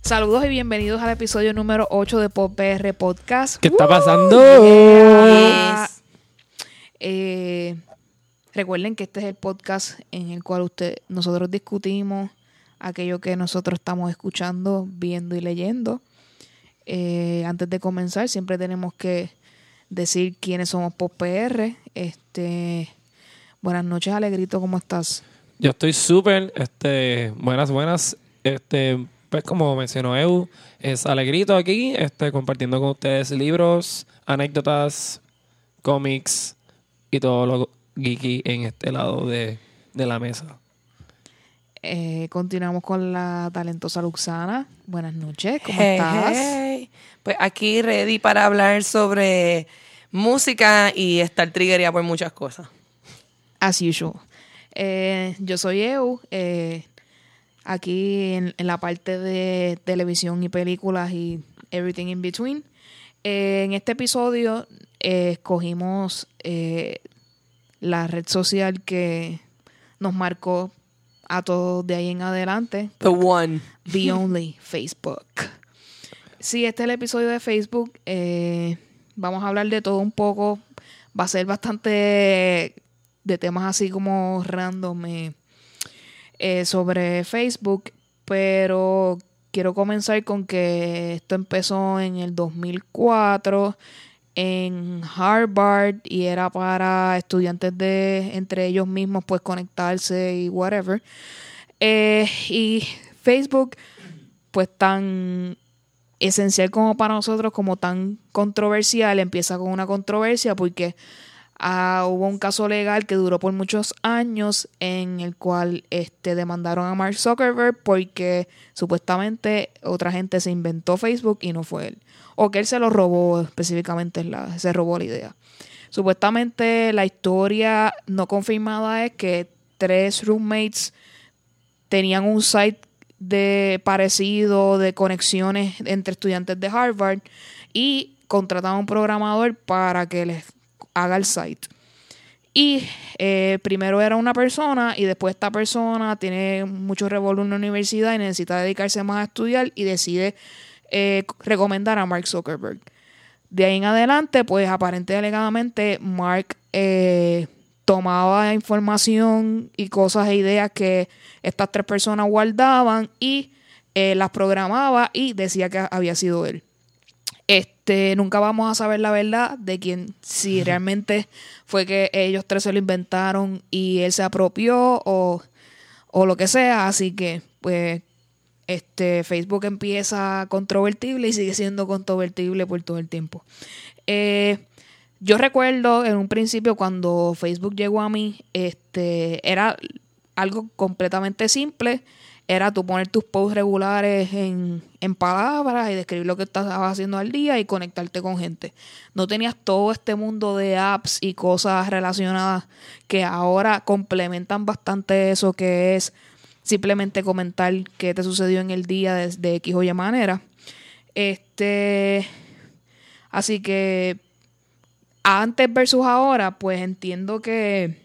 Saludos y bienvenidos al episodio número 8 de Pop PR Podcast. ¿Qué está pasando? Recuerden que este es el podcast en el cual nosotros discutimos aquello que nosotros estamos escuchando, viendo y leyendo. Antes de comenzar, siempre tenemos que decir quiénes somos Pop PR. Buenas noches, Alegrito, ¿cómo estás? Yo estoy súper, buenas. Pues como mencionó Eu, es Alegrito aquí, compartiendo con ustedes libros, anécdotas, cómics y todo lo geeky en este lado de la mesa. Continuamos con la talentosa Luxana. Buenas noches, ¿cómo estás? Hey. Pues aquí ready para hablar sobre música y estar triggería por muchas cosas. As usual. Yo soy Eu, aquí en la parte de televisión y películas y everything in between. En este episodio escogimos la red social que nos marcó a todos de ahí en adelante. The one. The only, Facebook. Sí, este es el episodio de Facebook. Vamos a hablar de todo un poco. Va a ser bastante de temas así como random sobre Facebook, pero quiero comenzar con que esto empezó en el 2004 en Harvard y era para estudiantes de entre ellos mismos pues conectarse y whatever. Y Facebook pues tan esencial como para nosotros, como tan controversial, empieza con una controversia porque hubo un caso legal que duró por muchos años en el cual demandaron a Mark Zuckerberg porque supuestamente otra gente se inventó Facebook y no fue él. O que él se lo robó, específicamente se robó la idea. Supuestamente la historia no confirmada es que 3 roommates tenían un site parecido de conexiones entre estudiantes de Harvard y contrataron a un programador para que les haga el site. Y primero era una persona y después esta persona tiene mucho revolú en la universidad y necesita dedicarse más a estudiar y decide recomendar a Mark Zuckerberg. De ahí en adelante, pues aparentemente alegadamente Mark tomaba información y cosas e ideas que estas 3 personas guardaban y las programaba y decía que había sido él. Nunca vamos a saber la verdad de quién, si realmente fue que ellos 3 se lo inventaron y él se apropió o lo que sea. Así que, pues, Facebook empieza controvertible y sigue siendo controvertible por todo el tiempo. Yo recuerdo en un principio cuando Facebook llegó a mí, era algo completamente simple. Era tú poner tus posts regulares en palabras y describir lo que estabas haciendo al día y conectarte con gente. No tenías todo este mundo de apps y cosas relacionadas que ahora complementan bastante eso, que es simplemente comentar qué te sucedió en el día de X o Y manera. Así que antes versus ahora, pues entiendo que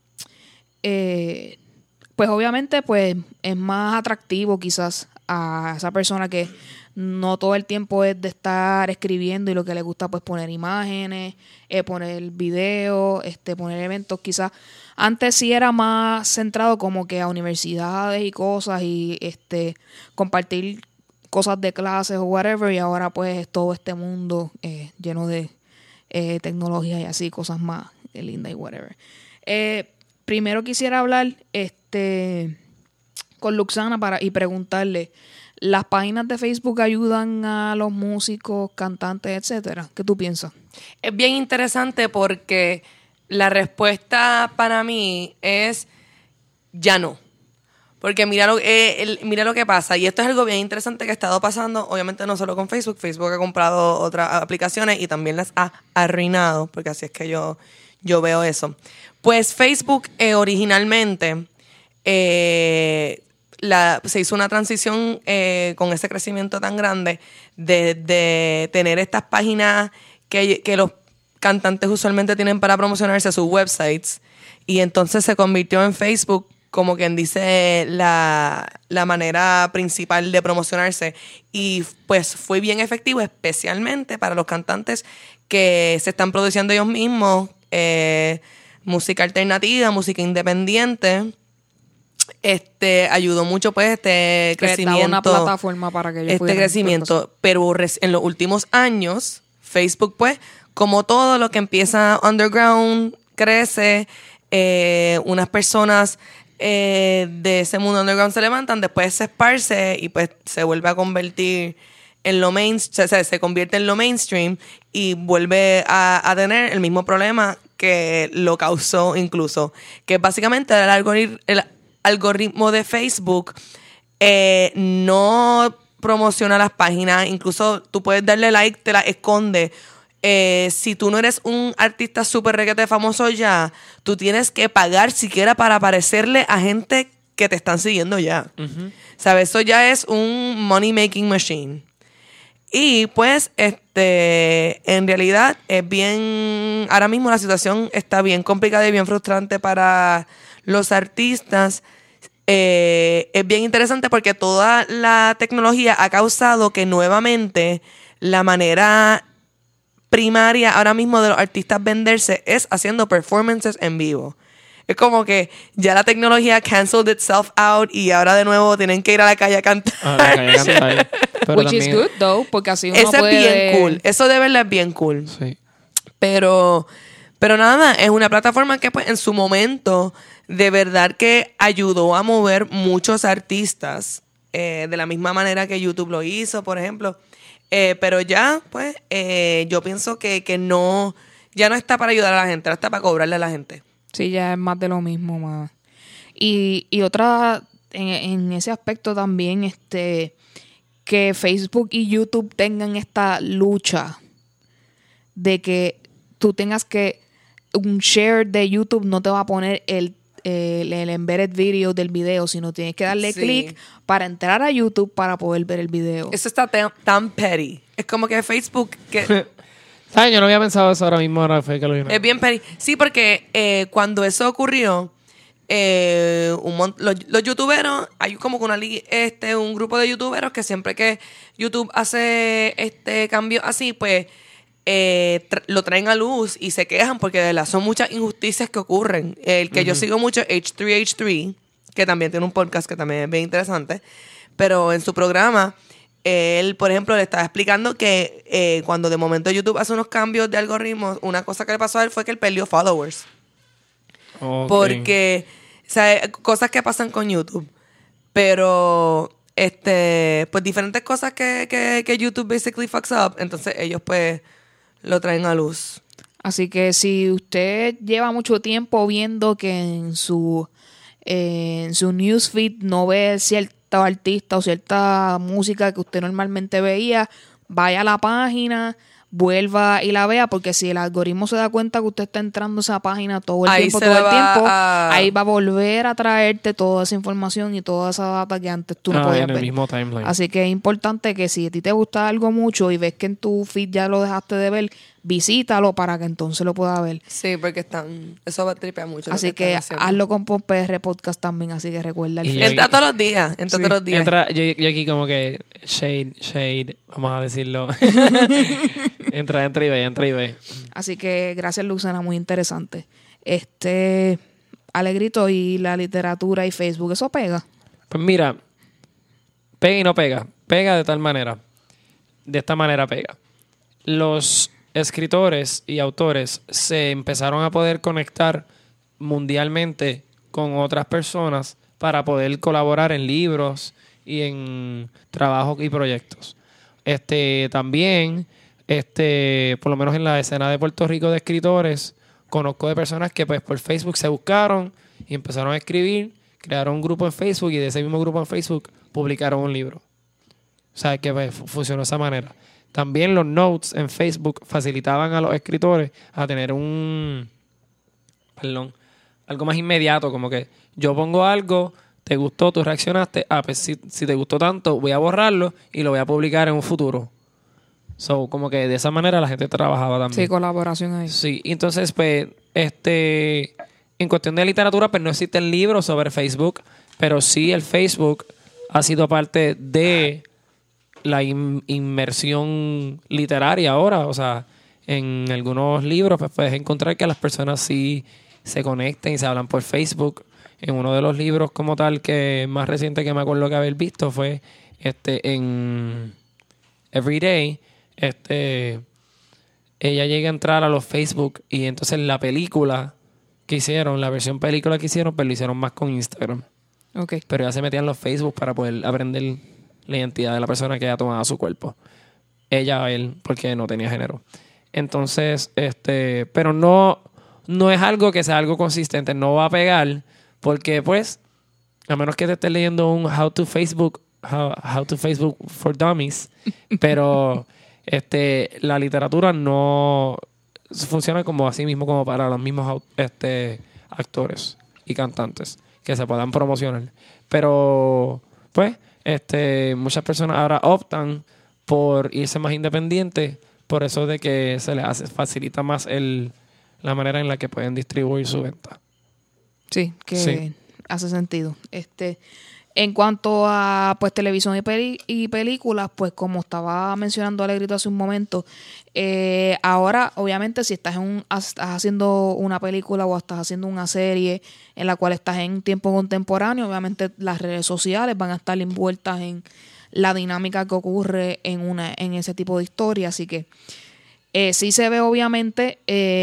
pues obviamente pues es más atractivo quizás a esa persona que no todo el tiempo es de estar escribiendo y lo que le gusta pues poner imágenes, poner videos, poner eventos. Quizás antes sí era más centrado como que a universidades y cosas y compartir cosas de clases o whatever, y ahora pues es todo este mundo lleno de tecnología y así, cosas más lindas y whatever. Primero quisiera hablar con Luxana y preguntarle, ¿las páginas de Facebook ayudan a los músicos, cantantes, etcétera? ¿Qué tú piensas? Es bien interesante porque la respuesta para mí es ya no. Porque mira lo que pasa, y esto es algo bien interesante que ha estado pasando, obviamente no solo con Facebook. Facebook ha comprado otras aplicaciones y también las ha arruinado, porque así es que yo veo eso. Pues Facebook originalmente se hizo una transición con ese crecimiento tan grande de tener estas páginas que los cantantes usualmente tienen para promocionarse sus websites, y entonces se convirtió en Facebook como quien dice, la manera principal de promocionarse. Y pues fue bien efectivo, especialmente para los cantantes que se están produciendo ellos mismos, música alternativa, música independiente. Ayudó mucho pues este crecimiento. Daba una plataforma para que ellos pudieran crecimiento. Pero en los últimos años, Facebook pues, como todo lo que empieza underground, crece, unas personas de ese mundo underground se levantan, después se esparce y pues se vuelve a convertir en lo mainstream, se convierte en lo mainstream y vuelve a tener el mismo problema que lo causó incluso, que básicamente el algoritmo de Facebook no promociona las páginas, incluso tú puedes darle like, te la esconde. Si tú no eres un artista súper requete famoso ya, tú tienes que pagar siquiera para aparecerle a gente que te están siguiendo ya. Uh-huh. ¿Sabes? Eso ya es un money making machine. Y pues, en realidad es bien, ahora mismo la situación está bien complicada y bien frustrante para los artistas. Es bien interesante porque toda la tecnología ha causado que nuevamente la manera primaria ahora mismo de los artistas venderse es haciendo performances en vivo. Es como que ya la tecnología canceled itself out y ahora de nuevo tienen que ir a la calle a cantar. Which is good though, porque así uno eso puede... es bien cool. Eso de verdad es bien cool. Sí. Pero nada, es una plataforma que pues en su momento de verdad que ayudó a mover muchos artistas de la misma manera que YouTube lo hizo, por ejemplo. Pero ya, pues, yo pienso que no, ya no está para ayudar a la gente, ahora está para cobrarle a la gente. Sí, ya es más de lo mismo, más. Y otra, en ese aspecto también, que Facebook y YouTube tengan esta lucha de que tú tengas que, un share de YouTube no te va a poner el embedded video del video, sino tienes que darle clic para entrar a YouTube para poder ver el video. Eso está tan petty. Es como que Facebook... ¿Sabes? Yo no había pensado eso ahora mismo. Ahora fue que lo vi. Es bien petty. Sí, porque cuando eso ocurrió, los youtuberos, hay como que un grupo de youtuberos que siempre que YouTube hace cambio así, pues lo traen a luz y se quejan porque de verdad son muchas injusticias que ocurren. El que yo sigo mucho, H3H3, que también tiene un podcast que también es bien interesante, pero en su programa él, por ejemplo, le estaba explicando que cuando de momento YouTube hace unos cambios de algoritmos, una cosa que le pasó a él fue que él perdió followers. Okay. Porque, o sea, cosas que pasan con YouTube. Pero, pues diferentes cosas que YouTube basically fucks up, entonces ellos pues lo traen a luz. Así que si usted lleva mucho tiempo viendo que en su newsfeed no ve cierto artista o cierta música que usted normalmente veía, vaya a la página, vuelva y la vea, porque si el algoritmo se da cuenta que usted está entrando a esa página todo el tiempo, ahí va a volver a traerte toda esa información y toda esa data que antes tú no podías ver. En el mismo timeline. Así que es importante que si a ti te gusta algo mucho y ves que en tu feed ya lo dejaste de ver, visítalo para que entonces lo pueda ver. Sí, porque eso va a tripear mucho. Así que hazlo con PR Podcast también, así que recuerda. Entra todos los días, todos los días. Yo aquí como que shade, vamos a decirlo. entra y ve. Así que gracias, Lucena, muy interesante. Alegrito, y la literatura y Facebook, ¿eso pega? Pues mira, pega y no pega. Pega de tal manera. De esta manera pega. Los escritores y autores se empezaron a poder conectar mundialmente con otras personas para poder colaborar en libros y en trabajos y proyectos. También, por lo menos en la escena de Puerto Rico de escritores, conozco de personas que pues por Facebook se buscaron y empezaron a escribir, crearon un grupo en Facebook y de ese mismo grupo en Facebook publicaron un libro. O sea, que pues, funcionó de esa manera. También los notes en Facebook facilitaban a los escritores a tener algo más inmediato, como que yo pongo algo, te gustó, tú reaccionaste, pues si te gustó tanto, voy a borrarlo y lo voy a publicar en un futuro. So, como que de esa manera la gente trabajaba también. Sí, colaboración ahí. Sí, entonces pues, en cuestión de literatura, pues no existen libros sobre Facebook, pero sí el Facebook ha sido parte de la inmersión literaria ahora. O sea, en algunos libros pues puedes encontrar que las personas sí se conecten y se hablan por Facebook. En uno de los libros como tal que más reciente que me acuerdo que haber visto fue en Everyday. Ella llega a entrar a los Facebook y entonces la película que hicieron, la versión película que hicieron, pues lo hicieron más con Instagram. Okay. Pero ella se metía en los Facebook para poder aprender la identidad de la persona que haya tomado su cuerpo. Ella o él, porque no tenía género. Entonces, pero no es algo que sea algo consistente, no va a pegar, porque pues, a menos que te estés leyendo un How to Facebook for Dummies, pero la literatura no funciona como así mismo, como para los mismos actores y cantantes que se puedan promocionar. Pero, pues, muchas personas ahora optan por irse más independientes, por eso de que se les facilita más la manera en la que pueden distribuir su venta. Sí, que hace sentido. En cuanto a pues televisión y películas, pues como estaba mencionando Alegrito hace un momento, ahora obviamente si estás haciendo una película o estás haciendo una serie en la cual estás en tiempo contemporáneo, obviamente las redes sociales van a estar envueltas en la dinámica que ocurre en ese tipo de historia, así que sí se ve obviamente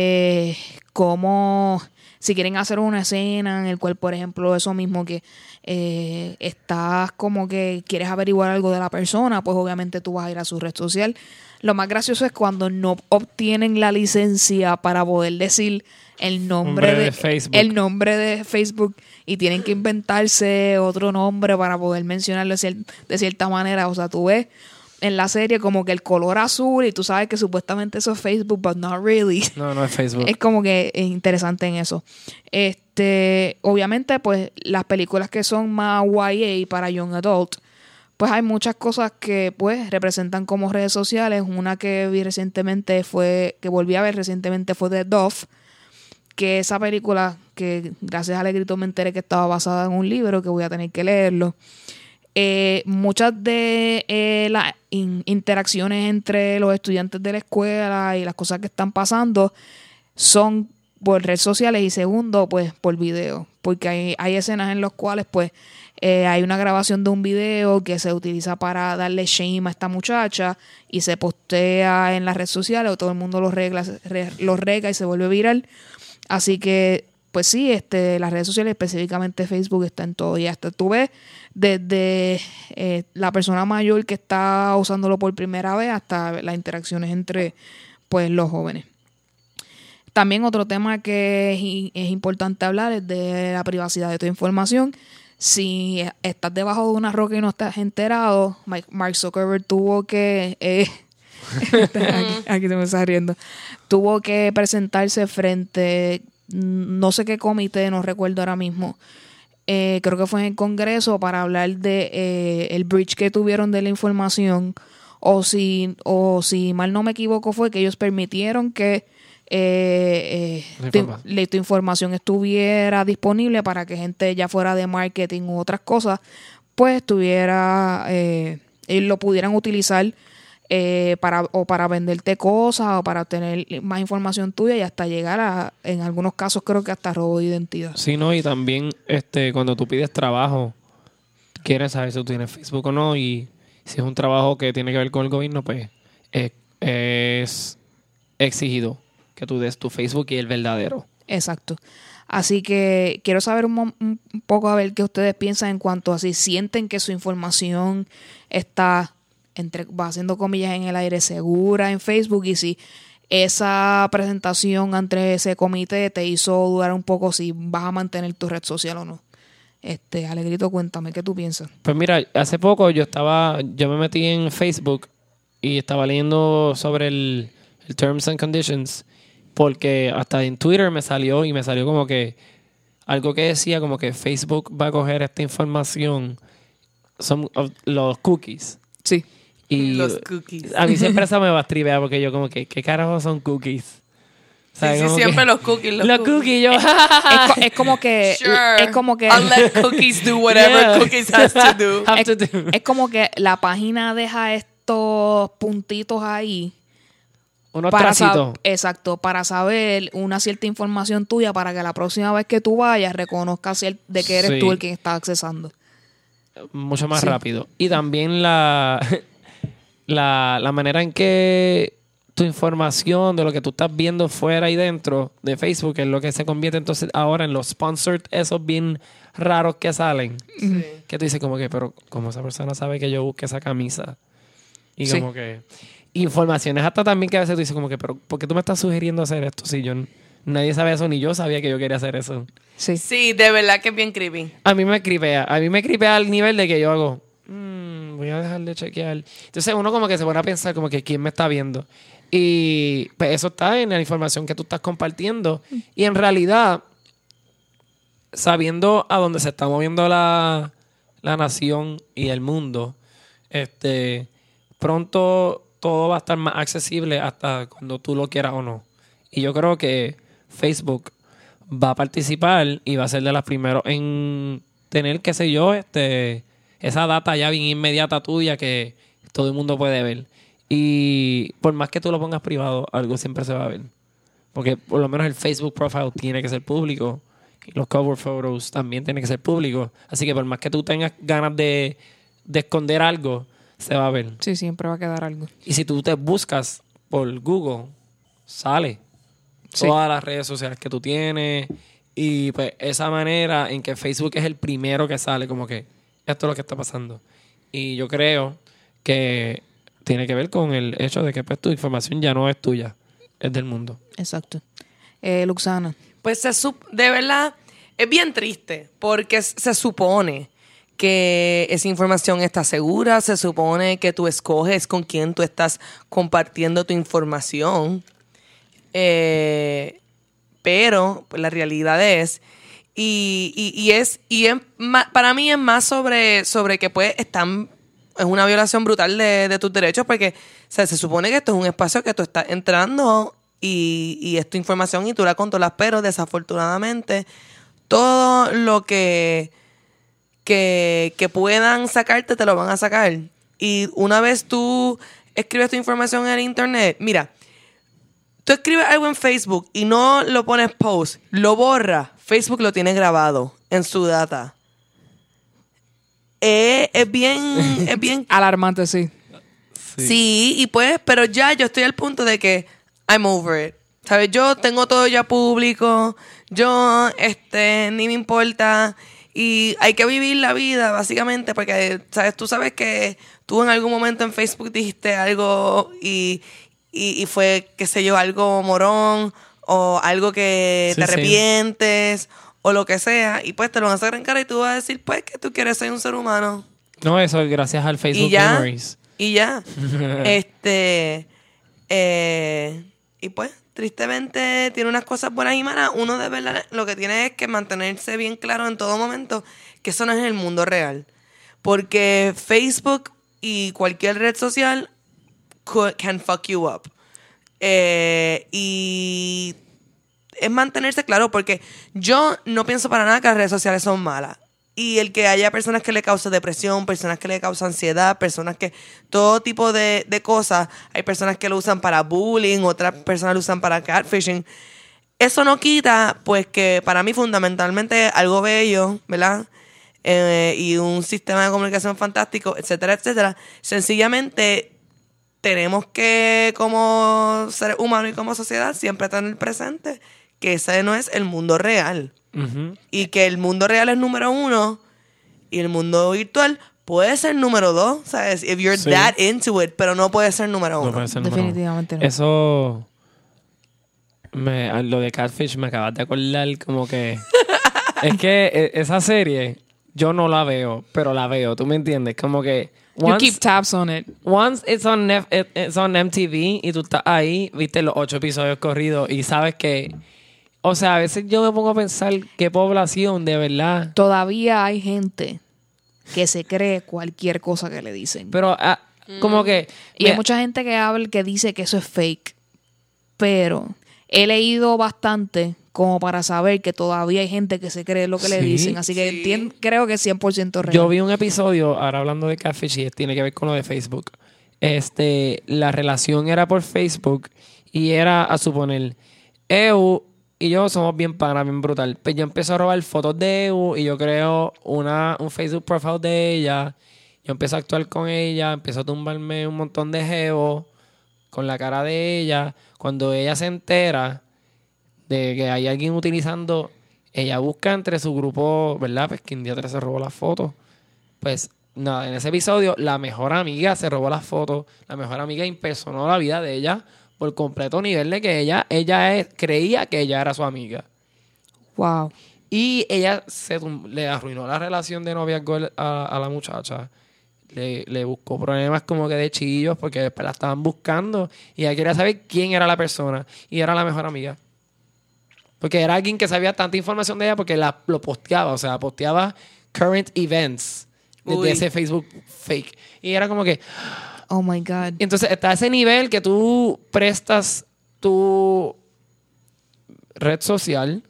cómo si quieren hacer una escena en el cual, por ejemplo, eso mismo que estás como que quieres averiguar algo de la persona, pues obviamente tú vas a ir a su red social. Lo más gracioso es cuando no obtienen la licencia para poder decir el nombre de Facebook y tienen que inventarse otro nombre para poder mencionarlo de cierta manera. O sea, tú ves en la serie como que el color azul y tú sabes que supuestamente eso es Facebook, but not really. No es Facebook. Es como que es interesante en eso. Obviamente, pues, las películas que son más YA para Young Adult, pues hay muchas cosas que, pues, representan como redes sociales. Una que volví a ver recientemente fue The Dove, que esa película, que gracias a Alegrito me enteré que estaba basada en un libro, que voy a tener que leerlo. Muchas de las interacciones entre los estudiantes de la escuela y las cosas que están pasando son por redes sociales y segundo, pues por video, porque hay escenas en las cuales pues hay una grabación de un video que se utiliza para darle shame a esta muchacha y se postea en las redes sociales o todo el mundo lo rega y se vuelve viral. Así que pues sí, las redes sociales, específicamente Facebook, está en todo. Y hasta tú ves desde la persona mayor que está usándolo por primera vez hasta las interacciones entre pues los jóvenes. También otro tema que es importante hablar es de la privacidad de tu información. Si estás debajo de una roca y no estás enterado, Mark Zuckerberg tuvo que... aquí te me estás riendo. Tuvo que presentarse frente... no sé qué comité, no recuerdo ahora mismo. Creo que fue en el Congreso para hablar de el breach que tuvieron de la información. O si mal no me equivoco, fue que ellos permitieron que tu información estuviera disponible para que gente ya fuera de marketing u otras cosas, pues lo pudieran utilizar para venderte cosas o para obtener más información tuya y hasta llegar en algunos casos creo que hasta robo de identidad. Sí, no, y también cuando tú pides trabajo, quieren saber si tú tienes Facebook o no, y si es un trabajo que tiene que ver con el gobierno, pues es exigido que tú des tu Facebook y el verdadero. Exacto. Así que quiero saber un poco a ver qué ustedes piensan en cuanto a si sienten que su información está, va haciendo comillas en el aire, segura en Facebook, y si esa presentación ante ese comité te hizo dudar un poco si vas a mantener tu red social o no. Alegrito, cuéntame, ¿qué tú piensas? Pues mira, hace poco yo me metí en Facebook y estaba leyendo sobre el Terms and Conditions, porque hasta en Twitter me salió como que algo que decía como que Facebook va a coger esta información, son los cookies. Sí. Y los cookies. A mí siempre eso me va a tripear porque yo como que, ¿qué carajo son cookies? ¿Sabes? Sí, Como siempre que- los cookies. Los cookies, yo. Es como que... Sure. Es como que... I'll let cookies do whatever Yeah. cookies has to do. Have to do. Es como que la página deja estos puntitos ahí Unos para tracitos. exacto, para saber una cierta información tuya para que la próxima vez que tú vayas reconozcas de que eres Sí. tú el que está accesando. Mucho más Sí. rápido. Y también la manera en que tu información de lo que tú estás viendo fuera y dentro de Facebook es lo que se convierte entonces ahora en los sponsored, esos bien raros que salen. Sí. Que tú dices como que, pero como esa persona sabe que yo busque esa camisa. Y Sí. como que informaciones hasta también que a veces tú dices como que, pero ¿por qué tú me estás sugiriendo hacer esto? Si nadie sabe eso, ni yo sabía que yo quería hacer eso. Sí. Sí, de verdad que es bien creepy. A mí me cripea al nivel de que yo hago, voy a dejar de chequear. Entonces uno como que se pone a pensar como que quién me está viendo. Y pues eso está en la información que tú estás compartiendo. Y en realidad, sabiendo a dónde se está moviendo la nación y el mundo, pronto todo va a estar más accesible hasta cuando tú lo quieras o no. Y yo creo que Facebook va a participar y va a ser de las primeros en tener, qué sé yo, esa data ya bien inmediata tuya que todo el mundo puede ver. Y por más que tú lo pongas privado, algo siempre se va a ver. Porque por lo menos el Facebook profile tiene que ser público. Y los cover photos también tienen que ser públicos. Así que por más que tú tengas ganas de esconder algo, se va a ver. Sí, siempre va a quedar algo. Y si tú te buscas por Google, sale Sí. todas las redes sociales que tú tienes. Y pues esa manera en que Facebook es el primero que sale, como que esto es lo que está pasando. Y yo creo que tiene que ver con el hecho de que pues tu información ya no es tuya, es del mundo. Exacto. Luxana. Pues de verdad es bien triste porque se supone que esa información está segura, se supone que tú escoges con quién tú estás compartiendo tu información, pero pues, la realidad es para mí es más sobre que pues es una violación brutal de tus derechos porque o sea, se supone que esto es un espacio que tú estás entrando y es tu información y tú la controlas, pero desafortunadamente todo lo que puedan sacarte te lo van a sacar. Y una vez tú escribes tu información en el internet, mira, tú escribes algo en Facebook y no lo pones post, lo borra, Facebook lo tiene grabado en su data. Es bien Alarmante, sí. Sí, y pues, pero ya yo estoy al punto de que I'm over it. ¿Sabes? Yo tengo todo ya público, yo ni me importa y hay que vivir la vida básicamente porque sabes, tú sabes que tú en algún momento en Facebook dijiste algo y fue, qué sé yo, algo morón o algo que Sí, te sí. arrepientes o lo que sea y pues te lo van a sacar en cara y tú vas a decir pues que tú quieres ser un ser humano. No, eso es gracias al Facebook Y ya, Memories. y ya. Y pues, tristemente, tiene unas cosas buenas y malas. Uno de verdad lo que tiene es que mantenerse bien claro en todo momento que eso no es el mundo real. Porque Facebook y cualquier red social can fuck you up. Y es mantenerse claro porque yo no pienso para nada que las redes sociales son malas. Y el que haya personas que le causa depresión, personas que le causan ansiedad, personas que... Todo tipo de cosas. Hay personas que lo usan para bullying, otras personas lo usan para catfishing. Eso no quita, pues, que para mí fundamentalmente algo bello, ¿verdad? Y un sistema de comunicación fantástico, etcétera, etcétera. Sencillamente tenemos que, como seres humanos y como sociedad, siempre tener presente que ese no es el mundo real. Ujú. Y que el mundo real es número 1 y el mundo virtual puede ser número 2, ¿sabes? If you're Sí. that into it, pero no puede ser número 1. No puede ser número uno. Definitivamente no. Eso, lo de Catfish me acabas de acordar como que... es que esa serie yo no la veo, pero la veo, ¿tú me entiendes? Como que... You keep tabs on it. Once it's on MTV y tú estás ahí, viste los 8 episodios corridos y sabes que... O sea, a veces yo me pongo a pensar qué población de verdad... Todavía hay gente que se cree cualquier cosa que le dicen. Pero como que... Y hay mucha gente que habla que dice que eso es fake. Pero he leído bastante como para saber que todavía hay gente que se cree lo que le Sí, dicen. Así que creo que es 100% real. Yo vi un episodio, ahora hablando de Catfish, y tiene que ver con lo de Facebook. La relación era por Facebook y era, a suponer, Eu y yo somos bien pana, bien brutal. Pues yo empiezo a robar fotos de Eu y yo creo un Facebook profile de ella. Yo empiezo a actuar con ella, empiezo a tumbarme un montón de geos con la cara de ella. Cuando ella se entera de que hay alguien utilizando, ella busca entre su grupo, ¿verdad? Pues que un día atrás se robó las fotos. Pues nada, en ese episodio la mejor amiga se robó las fotos, la mejor amiga impersonó la vida de ella por completo nivel de que ella creía que ella era su amiga. Wow. Y ella le arruinó la relación de noviazgo a la muchacha. Le buscó problemas como que de chillos porque después la estaban buscando y ella quería saber quién era la persona y era la mejor amiga. Porque era alguien que sabía tanta información de ella porque lo posteaba, o sea, posteaba current events desde ese Facebook fake. Y era como que... Oh, my God. Y entonces está ese nivel que tú prestas tu red social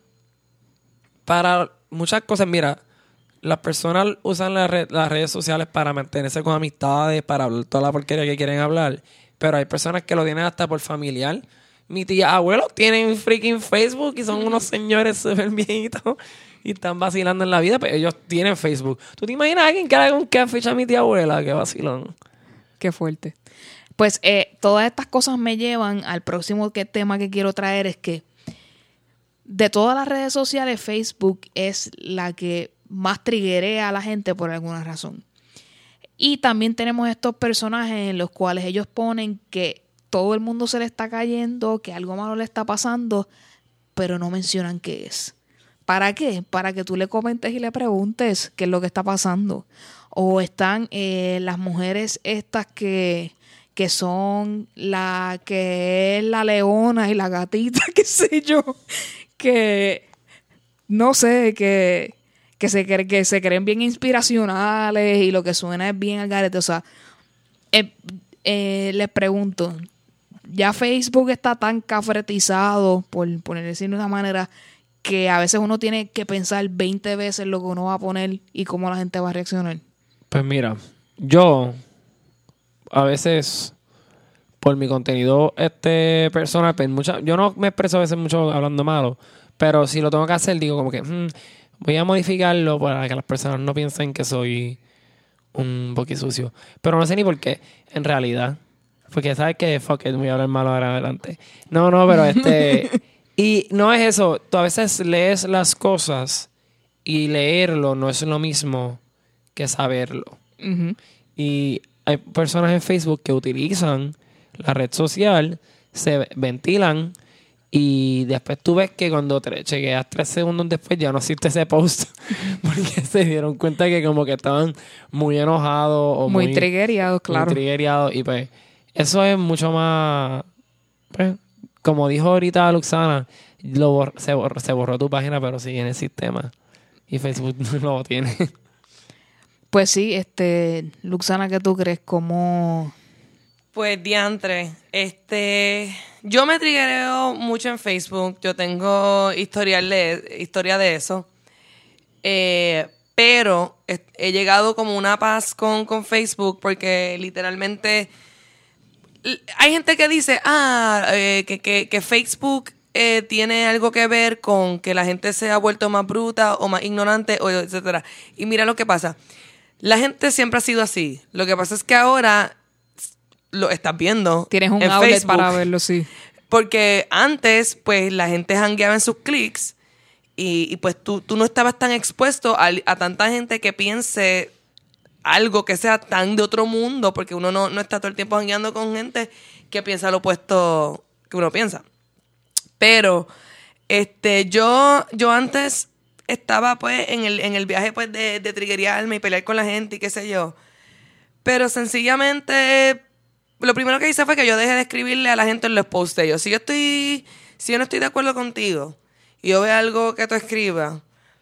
para muchas cosas. Mira, las personas usan las redes sociales para mantenerse con amistades, para hablar toda la porquería que quieren hablar. Pero hay personas que lo tienen hasta por familiar. Mi tía, abuelos tienen freaking Facebook y son unos señores súper viejitos y están vacilando en la vida, pero ellos tienen Facebook. ¿Tú te imaginas a alguien que haga un catfish a mi tía abuela? Qué vacilón. Qué fuerte. Pues todas estas cosas me llevan al próximo tema que quiero traer, es que de todas las redes sociales, Facebook es la que más triguea a la gente por alguna razón. Y también tenemos estos personajes en los cuales ellos ponen que todo el mundo se le está cayendo, que algo malo le está pasando, pero no mencionan qué es. ¿Para qué? Para que tú le comentes y le preguntes qué es lo que está pasando. O están las mujeres estas que son que es la leona y la gatita, qué sé yo, que no sé, que se creen bien inspiracionales y lo que suena es bien al garete. O sea, les pregunto, ya Facebook está tan cafretizado, por decirlo de una manera, que a veces uno tiene que pensar 20 veces lo que uno va a poner y cómo la gente va a reaccionar. Pues mira, yo a veces por mi contenido personal, pues yo no me expreso a veces mucho hablando malo, pero si lo tengo que hacer digo como que voy a modificarlo para que las personas no piensen que soy un boquisucio. Pero no sé ni por qué, en realidad. Porque sabes que fuck it, voy a hablar malo ahora adelante. No, pero y no es eso. Tú a veces lees las cosas y leerlo no es lo mismo que saberlo. Uh-huh. Y hay personas en Facebook que utilizan la red social, se ventilan y después tú ves que cuando chequeas 3 segundos después ya no existe ese post porque se dieron cuenta que como que estaban muy enojados o muy triggereados, claro. Muy triggereados y pues eso es mucho más, pues, como dijo ahorita Luxana, se borró tu página pero sigue en el sistema y Facebook no lo tiene. Pues sí, Luxana, ¿qué tú crees? ¿Cómo...? Pues diantre, yo me triggereo mucho en Facebook, yo tengo historia de eso, pero he llegado como una paz con Facebook porque literalmente hay gente que dice, que Facebook tiene algo que ver con que la gente se ha vuelto más bruta o más ignorante, o etcétera. Y mira lo que pasa, la gente siempre ha sido así, lo que pasa es que ahora lo estás viendo. Tienes un en outlet Facebook, para verlo, sí. Porque antes, pues, la gente jangueaba en sus clics y pues tú no estabas tan expuesto a tanta gente que piense algo que sea tan de otro mundo, porque uno no está todo el tiempo jangueando con gente que piensa lo opuesto que uno piensa. Pero yo antes estaba, pues, en el viaje, pues, de triggerearme y pelear con la gente y qué sé yo. Pero sencillamente lo primero que hice fue que yo dejé de escribirle a la gente en los posts de ellos. Si yo no estoy de acuerdo contigo y yo veo algo que tú escribas,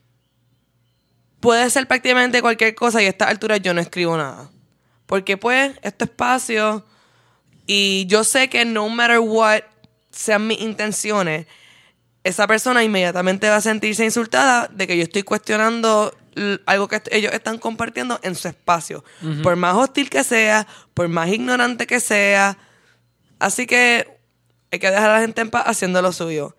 puede ser prácticamente cualquier cosa y a esta altura yo no escribo nada. Porque pues, este espacio, y yo sé que no matter what, sean mis intenciones, esa persona inmediatamente va a sentirse insultada de que yo estoy cuestionando algo que ellos están compartiendo en su espacio. Por más hostil que sea, por más ignorante que sea. Así que hay que dejar a la gente en paz haciendo lo suyo.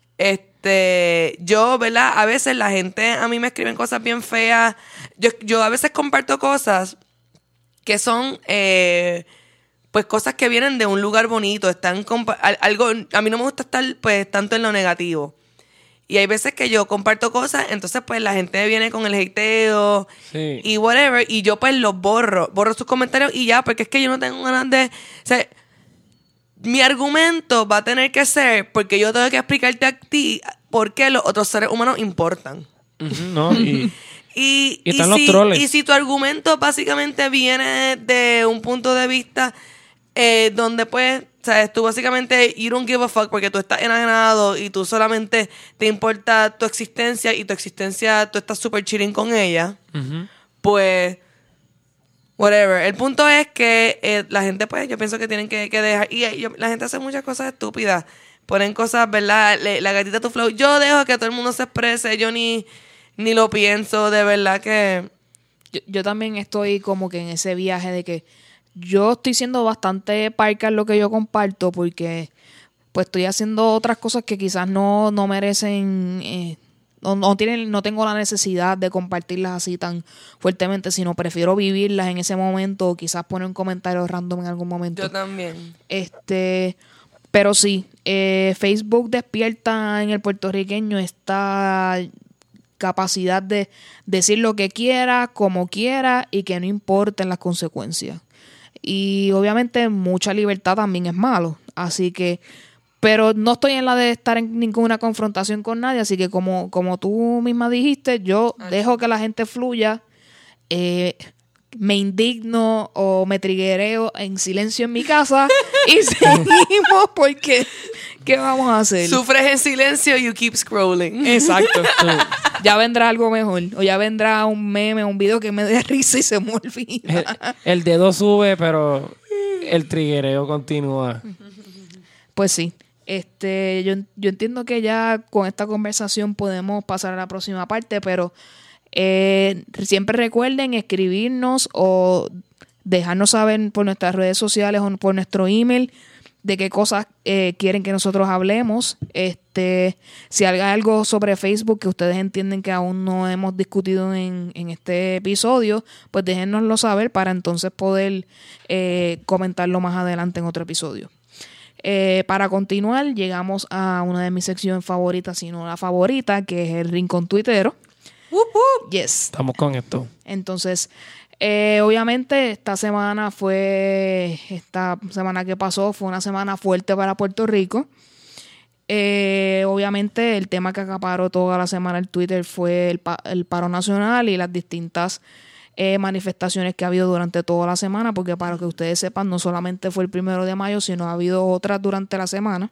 Yo, ¿verdad? A veces la gente a mí me escriben cosas bien feas. Yo a veces comparto cosas que son... pues cosas que vienen de un lugar bonito, algo, a mí no me gusta estar pues tanto en lo negativo. Y hay veces que yo comparto cosas, entonces pues la gente viene con el hateo y whatever, y yo pues los borro sus comentarios y ya, porque es que yo no tengo ganas de... O sea, mi argumento va a tener que ser porque yo tengo que explicarte a ti por qué los otros seres humanos importan. No, y están los si, troles. Y si tu argumento básicamente viene de un punto de vista donde pues, sabes, tú básicamente you don't give a fuck porque tú estás enajenado y tú solamente te importa tu existencia y tu existencia tú estás súper chilling con ella, pues whatever. El punto es que la gente pues yo pienso que tienen que dejar la gente hace muchas cosas estúpidas, ponen cosas, ¿verdad? La gatita tu flow, yo dejo que todo el mundo se exprese, yo ni lo pienso, de verdad que... Yo también estoy como que en ese viaje de que yo estoy siendo bastante parca en lo que yo comparto porque pues estoy haciendo otras cosas que quizás no merecen, no tengo la necesidad de compartirlas así tan fuertemente, sino prefiero vivirlas en ese momento o quizás poner un comentario random en algún momento. Yo también. Pero sí, Facebook despierta en el puertorriqueño esta capacidad de decir lo que quiera, como quiera y que no importen las consecuencias. Y obviamente mucha libertad también es malo, así que, pero no estoy en la de estar en ninguna confrontación con nadie, así que como tú misma dijiste, yo dejo que la gente fluya, me indigno o me triguereo en silencio en mi casa y seguimos porque ¿qué vamos a hacer? Sufres en silencio, you keep scrolling. Exacto. Ya vendrá algo mejor. O ya vendrá un meme, un video que me dé risa y se me olvida. El dedo sube, pero el triguereo continúa. Pues sí. Yo entiendo que ya con esta conversación podemos pasar a la próxima parte, pero siempre recuerden escribirnos o dejarnos saber por nuestras redes sociales o por nuestro email de qué cosas quieren que nosotros hablemos. Si hay algo sobre Facebook que ustedes entienden que aún no hemos discutido en este episodio, pues déjennoslo saber para entonces poder comentarlo más adelante en otro episodio. Para continuar, llegamos a una de mis secciones favoritas, si no la favorita, que es el Rincón Tuitero. Yes. Estamos con esto. Entonces, obviamente esta semana que pasó fue una semana fuerte para Puerto Rico. Obviamente el tema que acaparó toda la semana el Twitter fue el paro nacional y las distintas manifestaciones que ha habido durante toda la semana, porque para que ustedes sepan, no solamente fue el 1 de mayo, sino ha habido otras durante la semana.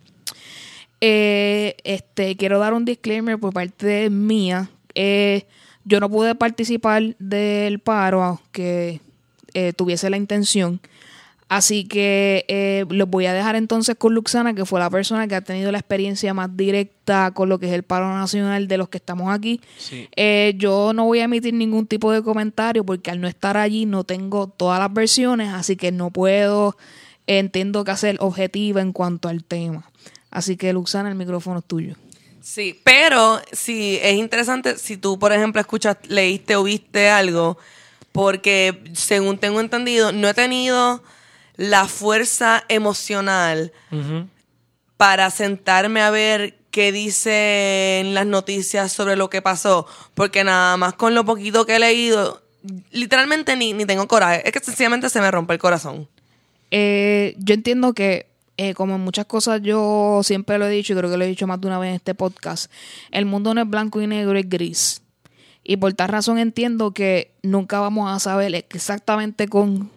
Quiero dar un disclaimer por parte mía. Yo no pude participar del paro, aunque tuviese la intención. Así que los voy a dejar entonces con Luxana, que fue la persona que ha tenido la experiencia más directa con lo que es el paro nacional de los que estamos aquí. Sí. Yo no voy a emitir ningún tipo de comentario porque al no estar allí no tengo todas las versiones, así que no puedo, entiendo que ser objetiva en cuanto al tema. Así que Luxana, el micrófono es tuyo. Sí, pero sí, es interesante si tú, por ejemplo, leíste o viste algo, porque según tengo entendido, no he tenido la fuerza emocional para sentarme a ver qué dicen las noticias sobre lo que pasó, porque nada más con lo poquito que he leído, literalmente ni tengo coraje, es que sencillamente se me rompe el corazón. Yo entiendo que como en muchas cosas yo siempre lo he dicho y creo que lo he dicho más de una vez en este podcast, el mundo no es blanco y negro, es gris. Y por tal razón entiendo que nunca vamos a saber exactamente con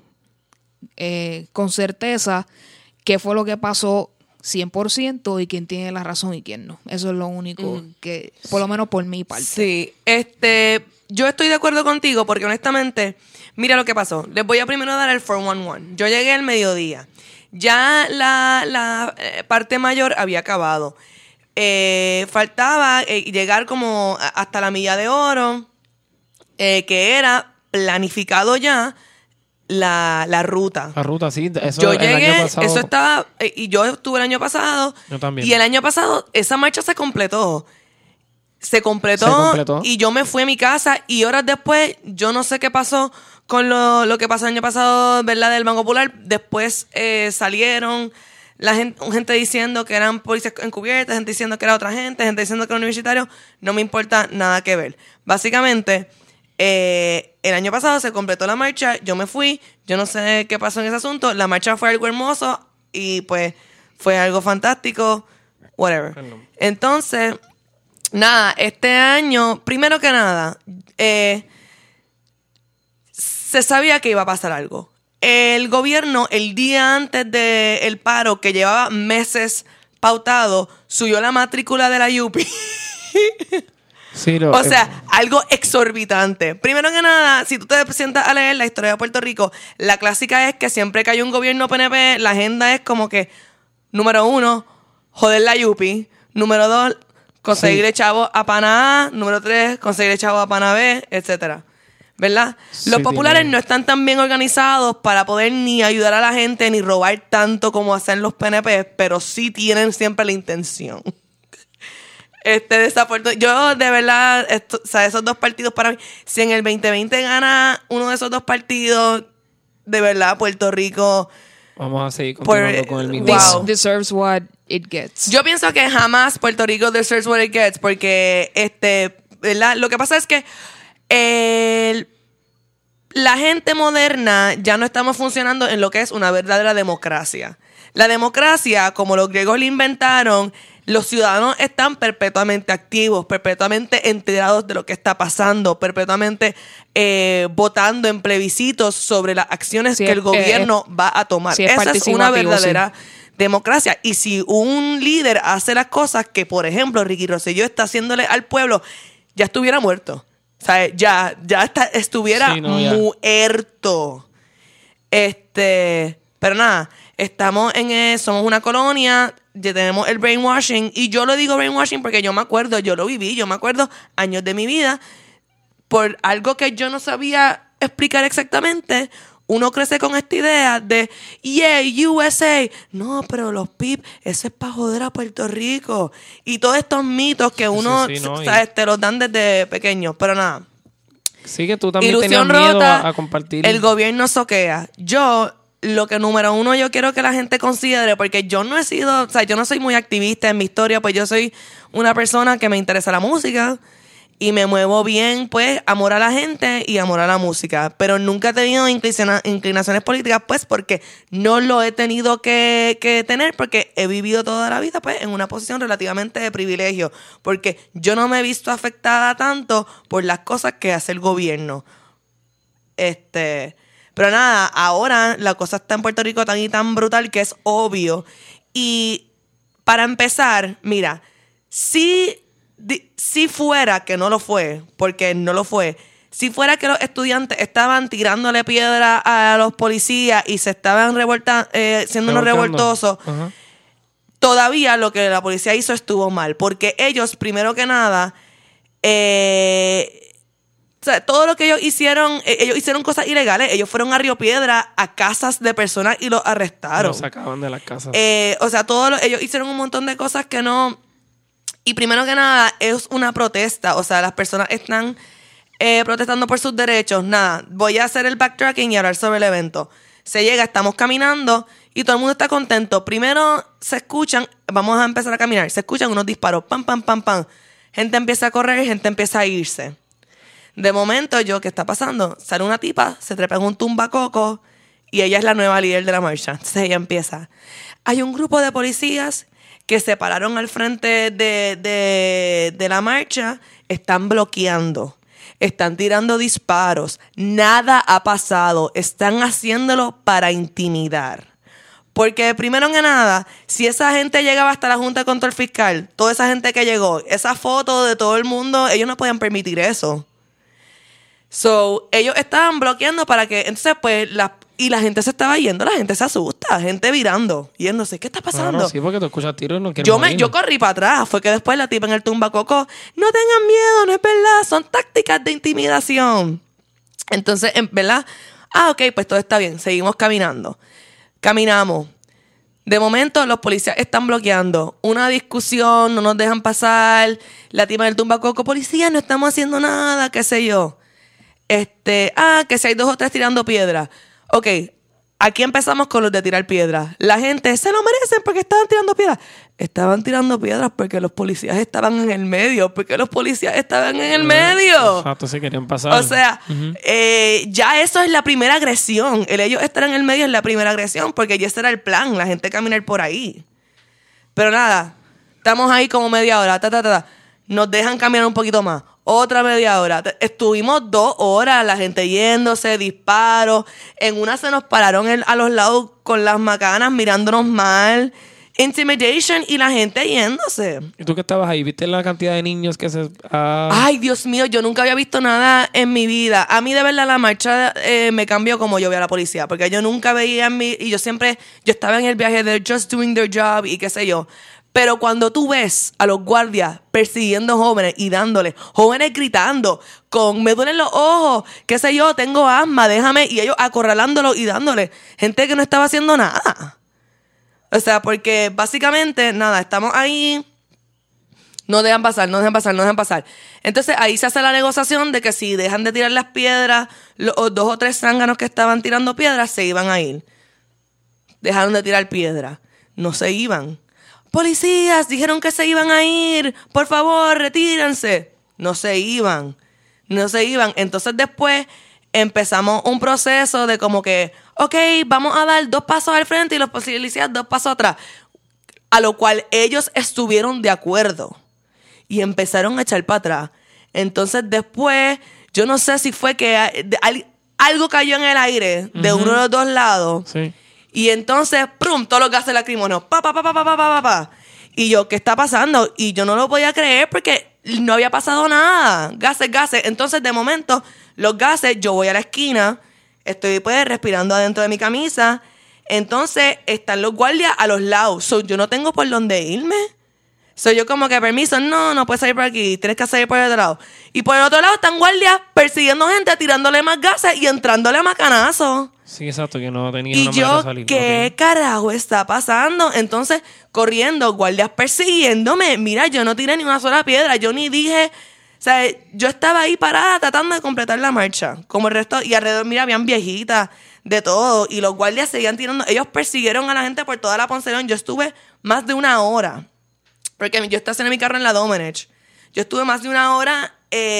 certeza qué fue lo que pasó 100% y quién tiene la razón y quién no. Eso es lo único que, por lo menos por mi parte. Sí, yo estoy de acuerdo contigo porque honestamente, mira lo que pasó. Les voy a primero dar el 411. Yo llegué al mediodía. Ya la parte mayor había acabado. Faltaba llegar como hasta la Milla de Oro, que era planificado ya la ruta. La ruta, sí. Eso Yo el llegué, año pasado. eso estaba, y yo estuve el año pasado. Yo también. Y el año pasado esa marcha se completó. Se completó. Y yo me fui a mi casa y horas después, yo no sé qué pasó con lo que pasó el año pasado, ¿verdad? Del Banco Popular. Después salieron gente diciendo que eran policías encubiertas, gente diciendo que era otra gente diciendo que era universitario. No me importa nada que ver. Básicamente, el año pasado se completó la marcha, yo me fui, yo no sé qué pasó en ese asunto. La marcha fue algo hermoso y pues fue algo fantástico, whatever. Entonces, nada, este año, primero que nada, se sabía que iba a pasar algo. El gobierno, el día antes del paro, que llevaba meses pautado, subió la matrícula de la UPI. Sí, O sea, algo exorbitante. Primero que nada, si tú te sientas a leer la historia de Puerto Rico, la clásica es que siempre que hay un gobierno PNP, la agenda es como que, número 1, joder la UPI. Número 2, conseguirle chavos a pana A. Número 3, conseguirle chavos a pana B, etcétera. ¿Verdad? Sí, Los populares tiene. no están tan bien organizados para poder ni ayudar a la gente ni robar tanto como hacen los PNP, pero sí tienen siempre la intención. Yo de verdad, o sea, esos dos partidos para mí, si en el 2020 gana uno de esos dos partidos, de verdad Puerto Rico vamos a seguir continuando con el mismo. Wow. Deserves what it gets. Yo pienso que jamás Puerto Rico deserves what it gets, porque ¿verdad? Lo que pasa es que la gente moderna ya no estamos funcionando en lo que es una verdadera democracia. La democracia, como los griegos la inventaron, los ciudadanos están perpetuamente activos, perpetuamente enterados de lo que está pasando, perpetuamente votando en plebiscitos sobre las acciones que el gobierno va a tomar. Sí, esa es una verdadera sí. democracia. Y si un líder hace las cosas que, por ejemplo, Ricky Rosselló está haciéndole al pueblo, ya estuviera muerto. O sea, estuviera muerto. Pero nada, estamos somos una colonia, ya tenemos el brainwashing, y yo lo digo brainwashing porque yo me acuerdo, yo lo viví, yo me acuerdo años de mi vida, por algo que yo no sabía explicar exactamente. Uno crece con esta idea de, yeah, USA. No, pero los PIB, eso es para joder a Puerto Rico. Y todos estos mitos que uno, ¿sabes? Te los dan desde pequeño. Pero nada. Sí, que tú también Ilusión tenías miedo rota, a compartir. El gobierno soquea. Lo que número 1 yo quiero que la gente considere, porque yo no soy muy activista en mi historia, pues yo soy una persona que me interesa la música y me muevo bien, pues, amor a la gente y amor a la música. Pero nunca he tenido inclinaciones políticas, pues, porque no lo he tenido que tener, porque he vivido toda la vida, pues, en una posición relativamente de privilegio. Porque yo no me he visto afectada tanto por las cosas que hace el gobierno. Pero nada, ahora la cosa está en Puerto Rico tan y tan brutal que es obvio. Y para empezar, mira, si fuera que no lo fue, porque no lo fue, si fuera que los estudiantes estaban tirándole piedra a los policías y se estaban siendo unos revoltosos, todavía lo que la policía hizo estuvo mal, porque ellos, primero que nada, o sea, todo lo que ellos hicieron cosas ilegales. Ellos fueron a Río Piedra, a casas de personas, y los arrestaron. Los sacaban de las casas. O sea, ellos hicieron un montón de cosas que no. Y primero que nada, es una protesta. O sea, las personas están protestando por sus derechos. Nada, voy a hacer el backtracking y hablar sobre el evento. Se llega, estamos caminando y todo el mundo está contento. Primero se escuchan, vamos a empezar a caminar, se escuchan unos disparos, pam, pam, pam, pam. Gente empieza a correr y gente empieza a irse. De momento, ¿qué está pasando? Sale una tipa, se trepa en un tumbacoco y ella es la nueva líder de la marcha. Entonces ella empieza. Hay un grupo de policías que se pararon al frente de la marcha, están bloqueando, están tirando disparos, nada ha pasado, están haciéndolo para intimidar. Porque primero que nada, si esa gente llegaba hasta la Junta de Control Fiscal, toda esa gente que llegó, esa foto de todo el mundo, ellos no podían permitir eso. So, ellos estaban bloqueando para que, entonces, pues, Y la gente se estaba yendo, la gente se asusta, gente virando, yéndose. ¿Qué está pasando? Claro, sí, porque tú escuchas tiros y no quieres morir. Yo corrí para atrás. Fue que después la tipa en el tumbacoco, no tengan miedo, no es verdad, son tácticas de intimidación. Entonces, ¿verdad? Ok, pues todo está bien, seguimos caminando. Caminamos. De momento, los policías están bloqueando. Una discusión, no nos dejan pasar. La tipa del tumbacoco, policía, no estamos haciendo nada, qué sé yo. Que si hay 2 o 3 tirando piedras. Ok, aquí empezamos con los de tirar piedras. La gente se lo merecen porque estaban tirando piedras. Estaban tirando piedras porque los policías estaban en el medio. Porque los policías estaban en el medio. Exacto, sí querían pasar. O sea, ya eso es la primera agresión. El ellos estar en el medio es la primera agresión porque ya ese era el plan, la gente caminar por ahí. Pero nada, estamos ahí como media hora. Nos dejan caminar un poquito más. Otra media hora. Estuvimos 2 horas, la gente yéndose, disparos. En una se nos pararon a los lados con las macanas mirándonos mal. Intimidation y la gente yéndose. ¿Y tú que estabas ahí? ¿Viste la cantidad de niños que se... Ay, Dios mío, yo nunca había visto nada en mi vida. A mí de verdad la marcha me cambió como yo veía a la policía. Porque yo nunca veía en mí... Y yo estaba en el viaje de just doing their job y qué sé yo. Pero cuando tú ves a los guardias persiguiendo jóvenes y dándoles, jóvenes gritando, me duelen los ojos, qué sé yo, tengo asma, déjame, y ellos acorralándolos y dándoles, gente que no estaba haciendo nada. O sea, porque básicamente, nada, estamos ahí, no dejan pasar. Entonces ahí se hace la negociación de que si dejan de tirar las piedras, los 2 o 3 zánganos que estaban tirando piedras se iban a ir. Dejaron de tirar piedras, no se iban. Policías, dijeron que se iban a ir. Por favor, retírense. No se iban. Entonces después empezamos un proceso de como que, ok, vamos a dar 2 pasos al frente y los policías 2 pasos atrás. A lo cual ellos estuvieron de acuerdo. Y empezaron a echar para atrás. Entonces después, yo no sé si fue que algo cayó en el aire de uno de los 2 lados. Sí. Y entonces, ¡prum!, todos los gases lacrimógenos. Pa. Y yo, ¿qué está pasando? Y yo no lo podía creer porque no había pasado nada. Gases. Entonces, de momento, los gases, yo voy a la esquina, estoy pues respirando adentro de mi camisa. Entonces, están los guardias a los lados. Yo no tengo por dónde irme. Yo como que, permiso, no puedes salir por aquí, tienes que salir por el otro lado. Y por el otro lado están guardias persiguiendo gente, tirándole más gases y entrándole macanazos. Sí, exacto, que no tenía Y una manera de yo, salir. ¿qué carajo está pasando? Entonces, corriendo, guardias persiguiéndome. Mira, yo no tiré ni una sola piedra. Yo ni dije... O sea, yo estaba ahí parada tratando de completar la marcha. Como el resto... Y alrededor, mira, habían viejitas, de todo. Y los guardias seguían tirando. Ellos persiguieron a la gente por toda la Ponce de León. Yo estuve más de 1 hora. Porque yo estacioné mi carro en la Domenech. Yo estuve más de 1 hora...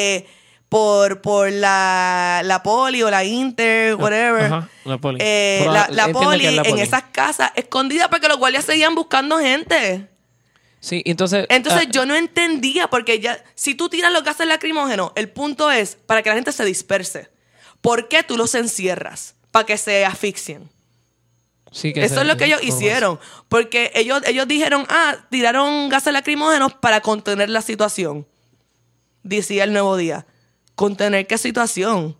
por la poli o la Inter, whatever. Ajá, la poli. La poli en esas casas escondidas porque los guardias seguían buscando gente. Sí, entonces yo no entendía porque ya, si tú tiras los gases lacrimógenos, el punto es para que la gente se disperse. ¿Por qué tú los encierras? Para que se asfixien. Sí, que eso es lo que ellos hicieron. Porque ellos dijeron, tiraron gases lacrimógenos para contener la situación. Decía el Nuevo Día. ¿Contener qué situación?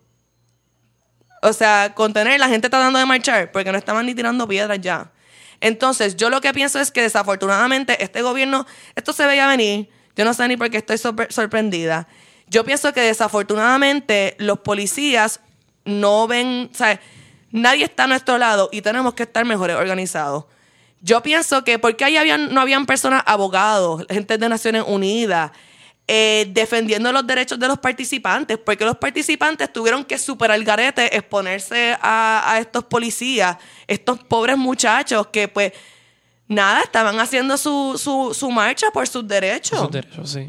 O sea, contener, la gente tratando de marchar porque no estaban ni tirando piedras ya. Entonces, yo lo que pienso es que desafortunadamente este gobierno, esto se veía venir. Yo no sé ni por qué estoy sorprendida. Yo pienso que desafortunadamente los policías no ven, ¿sabes? Nadie está a nuestro lado y tenemos que estar mejores organizados. Yo pienso que porque ahí no habían personas, abogados, gente de Naciones Unidas, defendiendo los derechos de los participantes, porque los participantes tuvieron que superar el garete, exponerse a estos policías, estos pobres muchachos que pues nada, estaban haciendo su marcha por sus derechos. Sus derechos, sí.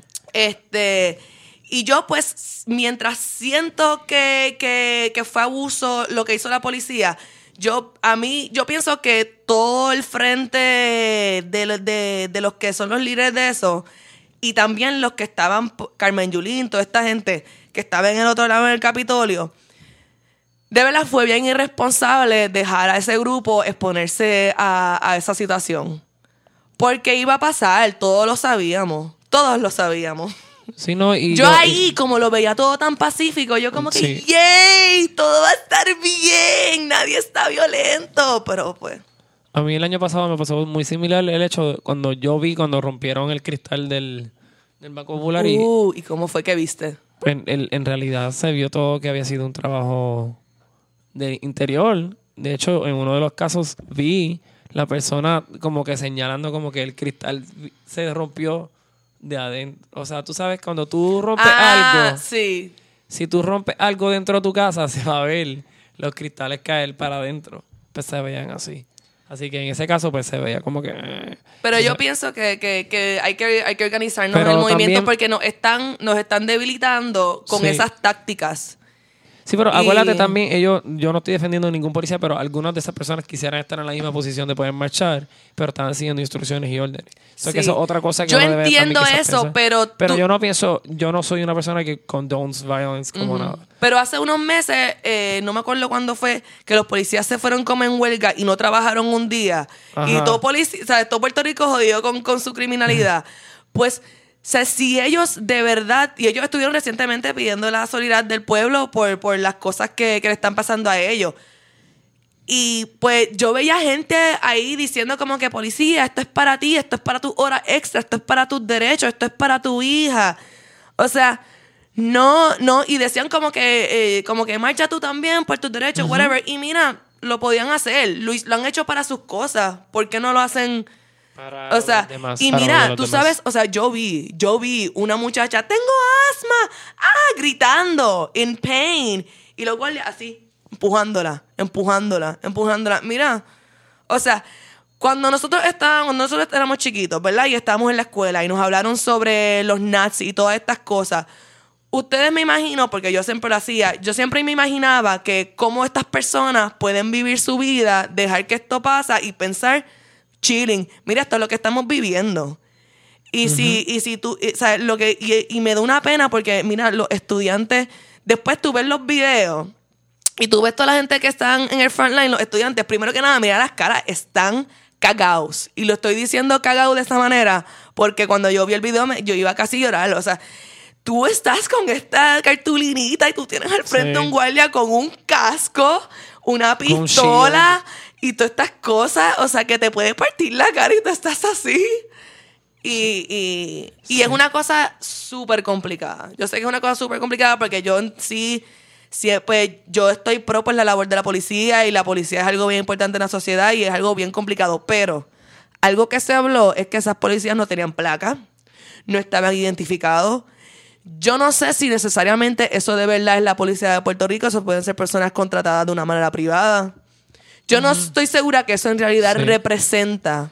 Y yo pues mientras siento que fue abuso lo que hizo la policía, yo pienso que todo el frente de los que son los líderes de eso, y también los que estaban, Carmen Yulín, toda esta gente que estaba en el otro lado del Capitolio, de verdad fue bien irresponsable dejar a ese grupo exponerse a esa situación. Porque iba a pasar, todos lo sabíamos. Sí, no, y Yo ahí, como lo veía todo tan pacífico, yo como que, Sí. ¡yay! Todo va a estar bien, nadie está violento. Pero pues... A mí el año pasado me pasó muy similar el hecho de cuando rompieron el cristal del Banco Popular ¿y cómo fue que viste? pues, en realidad se vio todo que había sido un trabajo de interior. De hecho, en uno de los casos vi la persona como que señalando como que el cristal se rompió de adentro. O sea, tú sabes, cuando tú rompes algo, sí. si tú rompes algo dentro de tu casa, se va a ver los cristales caer para adentro. Pues se veían así. Así que en ese caso, pues se veía como que... Pero yo pienso que hay que organizarnos Pero en el movimiento también- porque nos están debilitando con Sí. esas tácticas. Sí, pero Y- acuérdate también, yo no estoy defendiendo a ningún policía, pero algunas de esas personas quisieran estar en la misma posición de poder marchar, pero estaban siguiendo instrucciones y órdenes. Sí. Que eso es otra cosa que Yo uno debe entiendo también quizás eso, pensar. pero tú- yo no soy una persona que condones violence como nada. Pero hace unos meses, no me acuerdo cuándo fue, que los policías se fueron como en huelga y no trabajaron un día. Ajá. Y todo todo Puerto Rico jodido con su criminalidad. Pues, o sea, si ellos de verdad, y ellos estuvieron recientemente pidiendo la solidaridad del pueblo por las cosas que le están pasando a ellos. Y pues yo veía gente ahí diciendo como que policía, esto es para ti, esto es para tus horas extra, esto es para tus derechos, esto es para tu hija. O sea, no, y decían como que marcha tú también por tus derechos, whatever. Y mira, lo podían hacer, lo han hecho para sus cosas. ¿Por qué no lo hacen? O sea, y mira, tú sabes, o sea, yo vi una muchacha, tengo asma, gritando, in pain. Y los guardias así, empujándola. Mira, o sea, cuando nosotros éramos chiquitos, ¿verdad? Y estábamos en la escuela y nos hablaron sobre los nazis y todas estas cosas. Ustedes me imagino, porque yo siempre lo hacía, yo siempre me imaginaba que cómo estas personas pueden vivir su vida, dejar que esto pasa y pensar, chilling, mira, esto es lo que estamos viviendo. Y si tú, ¿sabes? Y me da una pena porque, mira, los estudiantes, después tú ves los videos y tú ves toda la gente que están en el frontline, los estudiantes, primero que nada, mira las caras, están cagados. Y lo estoy diciendo cagados de esa manera porque cuando yo vi el video yo iba casi a llorar. O sea, tú estás con esta cartulinita y tú tienes al frente Sí. un guardia con un casco, una Con un pistola y todas estas cosas. O sea, que te puede partir la cara y tú estás así. Y es una cosa súper complicada. Yo sé que es una cosa súper complicada porque yo sí, pues yo estoy pro por la labor de la policía y la policía es algo bien importante en la sociedad y es algo bien complicado. Pero algo que se habló es que esas policías no tenían placa, no estaban identificados. Yo no sé si necesariamente eso de verdad es la policía de Puerto Rico. Eso pueden ser personas contratadas de una manera privada. Yo no estoy segura que eso en realidad Sí. representa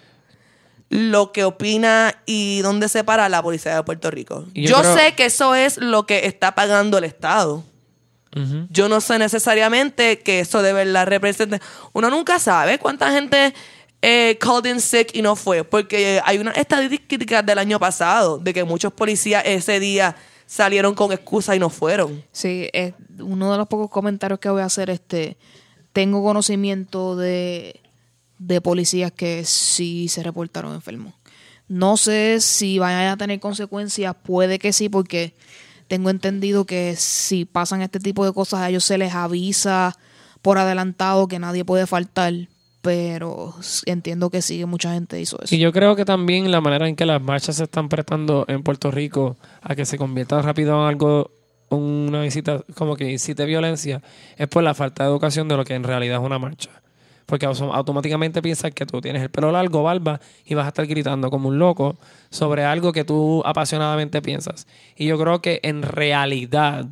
lo que opina y dónde se para la policía de Puerto Rico. Y Yo creo- sé que eso es lo que está pagando el Estado. Ujú. Yo no sé necesariamente que eso de verdad represente. Uno nunca sabe cuánta gente called in sick y no fue. Porque hay una estadística del año pasado de que muchos policías ese día salieron con excusa y no fueron. Sí, uno de los pocos comentarios que voy a hacer, tengo conocimiento de policías que sí se reportaron enfermos. No sé si vayan a tener consecuencias, puede que sí, porque tengo entendido que si pasan este tipo de cosas a ellos se les avisa por adelantado que nadie puede faltar, pero entiendo que sí, que mucha gente hizo eso. Y yo creo que también la manera en que las marchas se están prestando en Puerto Rico a que se convierta rápido en algo, una visita, como que incite violencia, es por la falta de educación de lo que en realidad es una marcha. Porque automáticamente piensas que tú tienes el pelo largo, barba, y vas a estar gritando como un loco sobre algo que tú apasionadamente piensas. Y yo creo que en realidad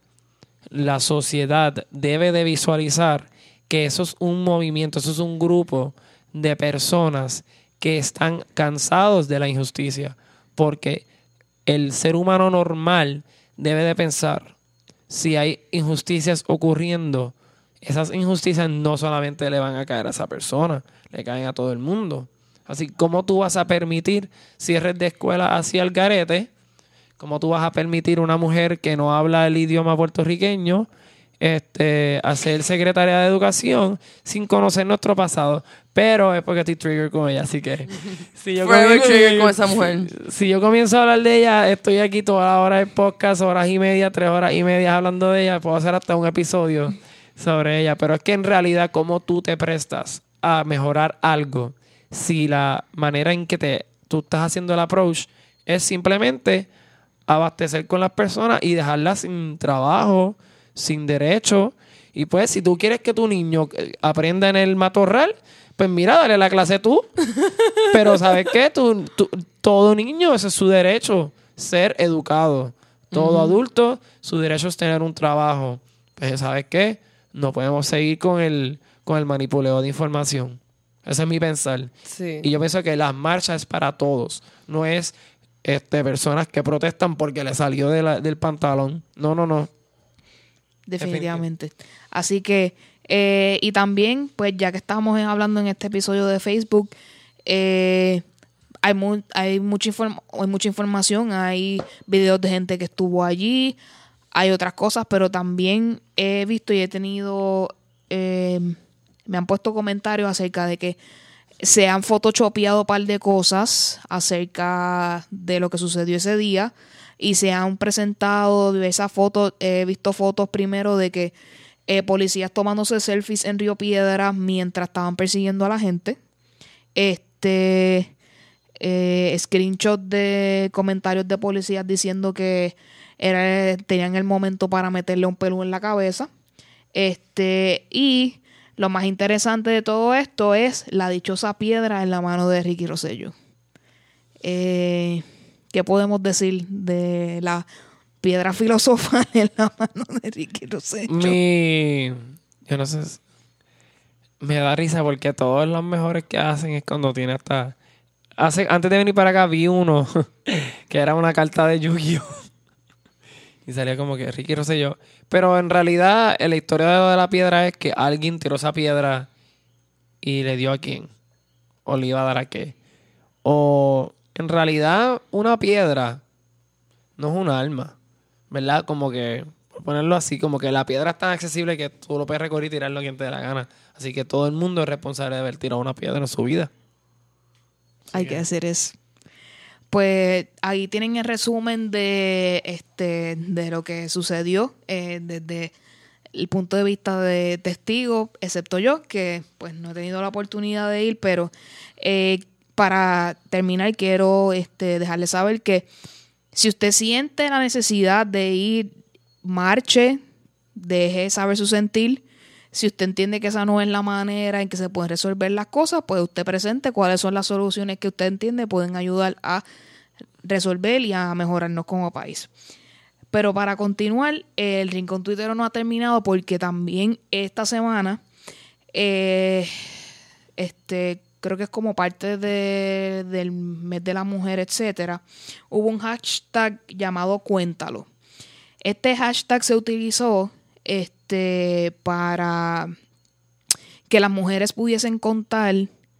la sociedad debe de visualizar que eso es un movimiento, eso es un grupo de personas que están cansados de la injusticia. Porque el ser humano normal debe de pensar, si hay injusticias ocurriendo, esas injusticias no solamente le van a caer a esa persona, le caen a todo el mundo. Así, ¿cómo tú vas a permitir cierres de escuela hacia el garete? ¿Cómo tú vas a permitir una mujer que no habla el idioma puertorriqueño a ser secretaria de educación sin conocer nuestro pasado. Pero es porque estoy trigger con ella, así que si yo Forever trigger con esa mujer. Si yo comienzo a hablar de ella, estoy aquí toda la hora del podcast, 2 horas y media, 3 horas y media hablando de ella. Puedo hacer hasta un episodio sobre ella. Pero es que en realidad, ¿cómo tú te prestas a mejorar algo si la manera en que tú estás haciendo el approach es simplemente abastecer con las personas y dejarlas sin trabajo, sin derecho? Y pues, si tú quieres que tu niño aprenda en el matorral, pues mira, dale la clase tú. Pero ¿sabes qué? Todo niño, ese es su derecho, ser educado. Todo adulto, su derecho es tener un trabajo. Pues ¿sabes qué? No podemos seguir con el manipuleo de información. Ese es mi pensar. Sí. Y yo pienso que las marchas es para todos. No es personas que protestan porque le salió del pantalón. No. Definitivamente. Así que, y también, pues ya que estamos hablando en este episodio de Facebook, hay mucha información, hay videos de gente que estuvo allí, hay otras cosas, pero también he visto y he tenido, me han puesto comentarios acerca de que se han photoshopeado un par de cosas acerca de lo que sucedió ese día y se han presentado diversas fotos. He visto fotos primero de que policías tomándose selfies en Río Piedras mientras estaban persiguiendo a la gente. Screenshot de comentarios de policías diciendo que tenían el momento para meterle un pelú en la cabeza. Y lo más interesante de todo esto es la dichosa piedra en la mano de Ricky Rosselló. ¿Qué podemos decir de la piedra filosofal en la mano de Ricky Rosselló? Yo no sé. Me da risa porque todos los mejores que hacen es cuando tiene hasta... Antes de venir para acá vi uno que era una carta de Yu-Gi-Oh! Y salía como que Ricky Rosselló. Pero en realidad la historia de la piedra es que alguien tiró esa piedra y le dio a quién. O le iba a dar a qué. O en realidad una piedra no es un arma. ¿Verdad? Como que, por ponerlo así, como que la piedra es tan accesible que tú lo puedes recoger y tirarlo a quien te dé la gana. Así que todo el mundo es responsable de haber tirado una piedra en su vida. Hay que hacer eso. Pues ahí tienen el resumen de lo que sucedió desde el punto de vista de testigo, excepto yo, que pues no he tenido la oportunidad de ir, pero para terminar quiero dejarles saber que si usted siente la necesidad de ir, marche, deje saber su sentir. Si usted entiende que esa no es la manera en que se pueden resolver las cosas, pues usted presente cuáles son las soluciones que usted entiende pueden ayudar a resolver y a mejorarnos como país. Pero para continuar, el Rincón Tuitero no ha terminado porque también esta semana, creo que es como parte del mes de la mujer, etcétera, hubo un hashtag llamado Cuéntalo. Este hashtag se utilizó para que las mujeres pudiesen contar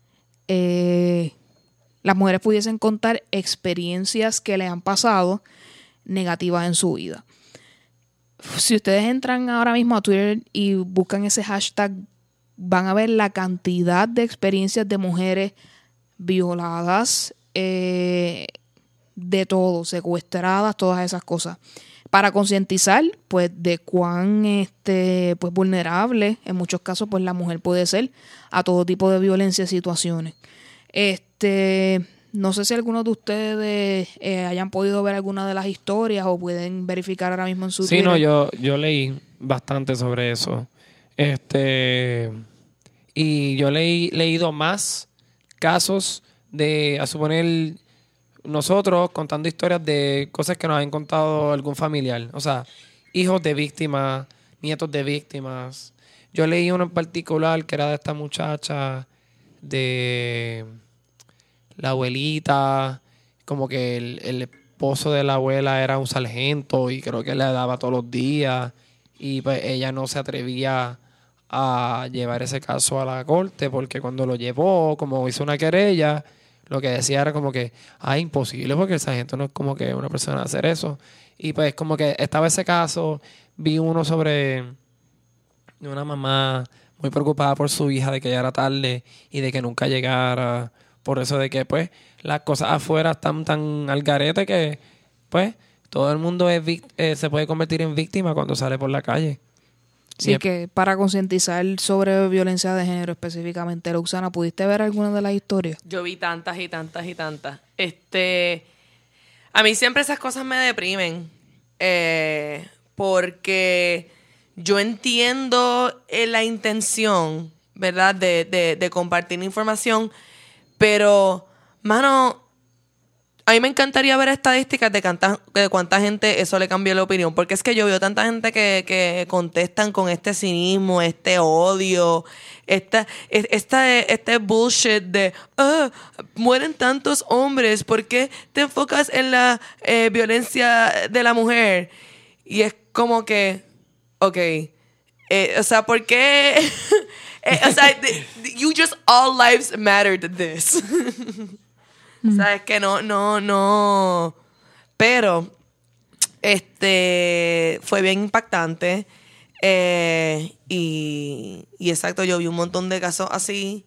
experiencias que le han pasado negativas en su vida. Si ustedes entran ahora mismo a Twitter y buscan ese hashtag, van a ver la cantidad de experiencias de mujeres violadas, de todo, secuestradas, todas esas cosas. Para concientizar, pues, de cuán pues vulnerable, en muchos casos, pues la mujer puede ser a todo tipo de violencia y situaciones. No sé si algunos de ustedes hayan podido ver alguna de las historias o pueden verificar ahora mismo en su Twitter. Sí, no, yo leí bastante sobre eso. Y yo leído más casos de, a suponer, nosotros contando historias de cosas que nos han contado algún familiar. O sea, hijos de víctimas, nietos de víctimas. Yo leí uno en particular que era de esta muchacha, de la abuelita, como que el esposo de la abuela era un sargento y creo que le daba todos los días. Y pues ella no se atrevía a llevar ese caso a la corte porque cuando lo llevó, como hizo una querella, lo que decía era como que, imposible porque el sargento no es como que una persona a hacer eso. Y pues como que estaba ese caso, vi uno sobre de una mamá muy preocupada por su hija de que llegara tarde y de que nunca llegara. Por eso de que, pues, las cosas afuera están tan al garete que, pues, todo el mundo se puede convertir en víctima cuando sale por la calle. Sí, que para concientizar sobre violencia de género específicamente, Luxana, ¿pudiste ver alguna de las historias? Yo vi tantas y tantas y tantas. A mí siempre esas cosas me deprimen. Porque yo entiendo la intención, ¿verdad? De compartir información. Pero, mano, a mí me encantaría ver estadísticas de cuánta gente eso le cambió la opinión. Porque es que yo veo tanta gente que contestan con este cinismo, este odio, este bullshit de mueren tantos hombres, ¿por qué te enfocas en la violencia de la mujer? Y es como que, ok, o sea, ¿por qué? O sea, you just all lives matter to this. O sea, es que no. Pero, fue bien impactante. Y exacto, yo vi un montón de casos así.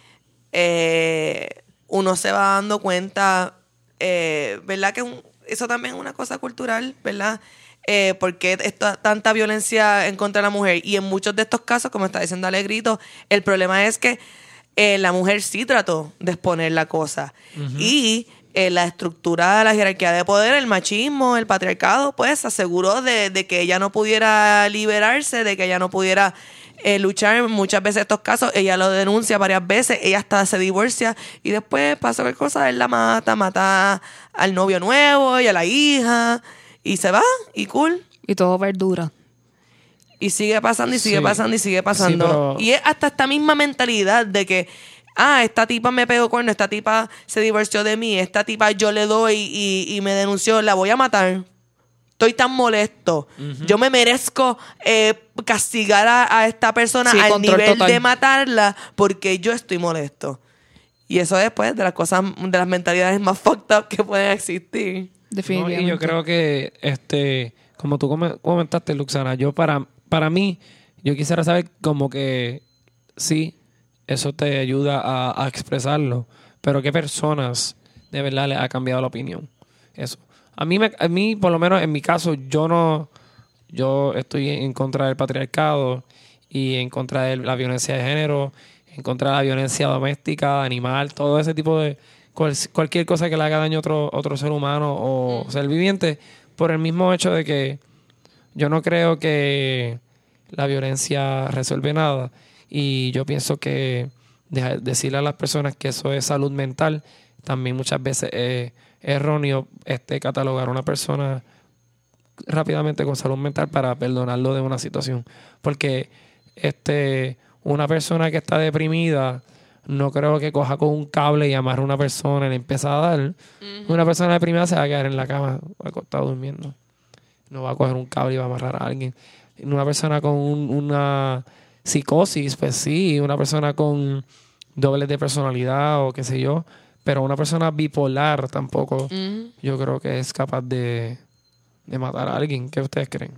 Uno se va dando cuenta, ¿verdad? Que eso también es una cosa cultural, ¿verdad? Porque tanta violencia en contra de la mujer. Y en muchos de estos casos, como está diciendo Alegrito, el problema es que la mujer sí trató de exponer la cosa. Uh-huh. Y la estructura, la jerarquía de poder, el machismo, el patriarcado, pues aseguró de que ella no pudiera liberarse, de que ella no pudiera luchar. Muchas veces estos casos, ella lo denuncia varias veces, ella hasta se divorcia y después pasa cualquier cosa, él la mata al novio nuevo y a la hija y se va y cool. Y todo verdura. Y sigue pasando y sigue pasando y sigue pasando. Sí, pero... Y es hasta esta misma mentalidad de que, esta tipa me pegó cuerno, esta tipa se divorció de mí, esta tipa yo le doy y me denunció, la voy a matar. Estoy tan molesto. Uh-huh. Yo me merezco castigar a esta persona al nivel total de matarla porque yo estoy molesto. Y eso es, pues, de las cosas, de las mentalidades más fucked up que pueden existir. Definitivamente. No, y yo creo que, como tú comentaste, Luxana, yo para mí, yo quisiera saber como que sí, eso te ayuda a expresarlo, pero ¿qué personas de verdad le ha cambiado la opinión? Eso. A mí, por lo menos en mi caso, yo estoy en contra del patriarcado y en contra de la violencia de género, en contra de la violencia doméstica, animal, todo ese tipo de cualquier cosa que le haga daño a otro ser humano o ser viviente, por el mismo hecho de que yo no creo que la violencia resuelve nada. Y yo pienso que decirle a las personas que eso es salud mental, también muchas veces es erróneo catalogar a una persona rápidamente con salud mental para perdonarlo de una situación. Porque una persona que está deprimida, no creo que coja con un cable y amarre a una persona y le empieza a dar. Uh-huh. Una persona deprimida se va a quedar en la cama acostado durmiendo. No va a coger un cable y va a amarrar a alguien. Una persona con una psicosis, pues sí. Una persona con dobles de personalidad o qué sé yo. Pero una persona bipolar tampoco, yo creo que es capaz de matar a alguien. ¿Qué ustedes creen?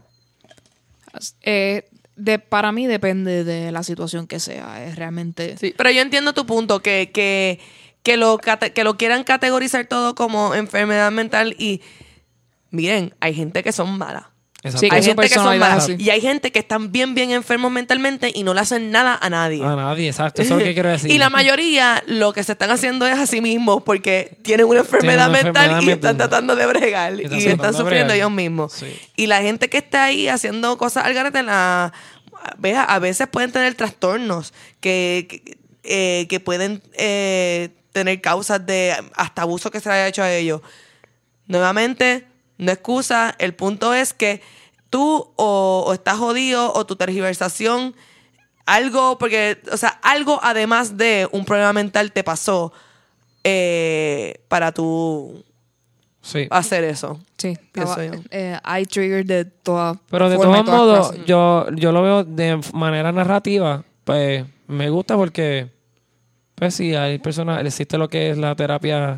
Para mí depende de la situación que sea. Es realmente... Sí, pero yo entiendo tu punto, que lo quieran categorizar todo como enfermedad mental y... Miren, hay gente que son malas. Sí, hay gente que son malas. Y hay gente que están bien enfermos mentalmente y no le hacen nada a nadie. A nadie, exacto. Eso es lo que quiero decir. Y la mayoría lo que se están haciendo es a sí mismos porque tienen una enfermedad mental y están tratando de bregar. Y están sufriendo ellos mismos. Sí. Y la gente que está ahí haciendo cosas al garete, a veces pueden tener trastornos que pueden tener causas de hasta abuso que se le haya hecho a ellos. Nuevamente... No excusa, el punto es que tú o estás jodido o tu tergiversación, algo además de un problema mental te pasó para tú hacer eso. Sí, hay triggers de todas formas. Pero de todos modos, yo lo veo de manera narrativa, pues me gusta porque, pues sí, hay personas, existe lo que es la terapia,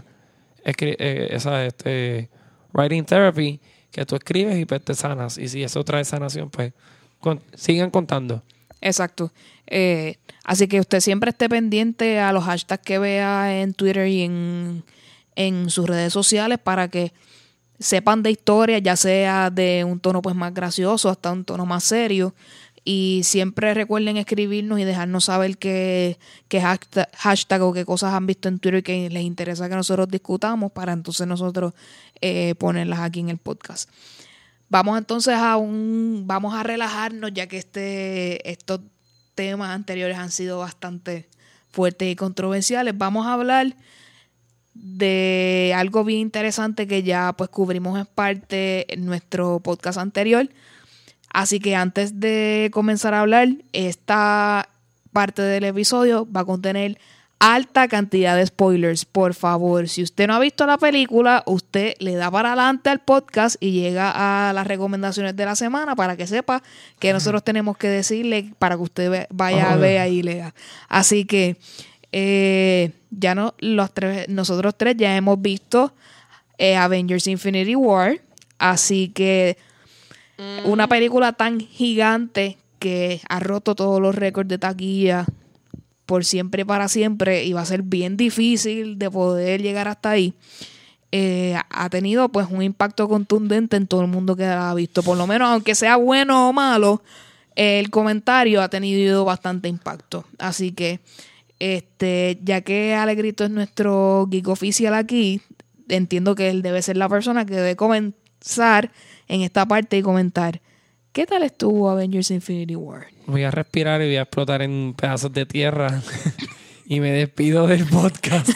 writing therapy, que tú escribes y pues te sanas. Y si eso trae sanación, pues sigan contando. Exacto. Así que usted siempre esté pendiente a los hashtags que vea en Twitter y en sus redes sociales para que sepan de historia, ya sea de un tono pues más gracioso hasta un tono más serio. Y siempre recuerden escribirnos y dejarnos saber qué hashtag o qué cosas han visto en Twitter que les interesa que nosotros discutamos para entonces nosotros ponerlas aquí en el podcast. Vamos entonces vamos a relajarnos, ya que estos temas anteriores han sido bastante fuertes y controversiales. Vamos a hablar de algo bien interesante que ya pues cubrimos en parte en nuestro podcast anterior. Así que antes de comenzar a hablar, esta parte del episodio va a contener alta cantidad de spoilers. Por favor, si usted no ha visto la película, usted le da para adelante al podcast y llega a las recomendaciones de la semana para que sepa que nosotros tenemos que decirle para que usted vaya a ver y lea. Así que ya nosotros tres ya hemos visto Avengers Infinity War. Así que una película tan gigante que ha roto todos los récords de taquilla por siempre y para siempre, y va a ser bien difícil de poder llegar hasta ahí. Ha tenido pues un impacto contundente en todo el mundo que la ha visto. Por lo menos, aunque sea bueno o malo, el comentario ha tenido bastante impacto. Así que ya que Alegrito es nuestro geek oficial aquí, entiendo que él debe ser la persona que debe comenzar en esta parte y comentar ¿qué tal estuvo Avengers Infinity War? Voy a respirar y voy a explotar en pedazos de tierra y me despido del podcast.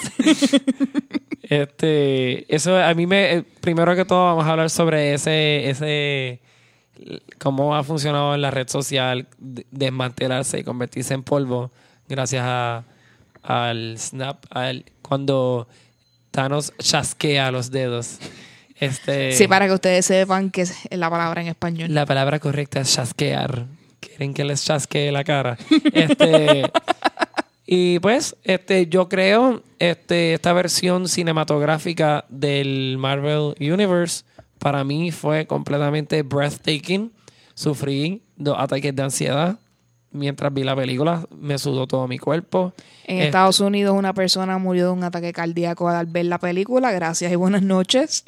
Eso a mí primero que todo vamos a hablar sobre ese cómo ha funcionado en la red social desmantelarse y convertirse en polvo gracias al snap, cuando Thanos chasquea los dedos. Sí, para que ustedes sepan que es la palabra en español. La palabra correcta es chasquear. ¿Quieren que les chasquee la cara? Y pues, yo creo esta versión cinematográfica del Marvel Universe para mí fue completamente breathtaking. Sufrí 2 ataques de ansiedad mientras vi la película. Me sudó todo mi cuerpo. En Estados Unidos una persona murió de un ataque cardíaco al ver la película. Gracias y buenas noches.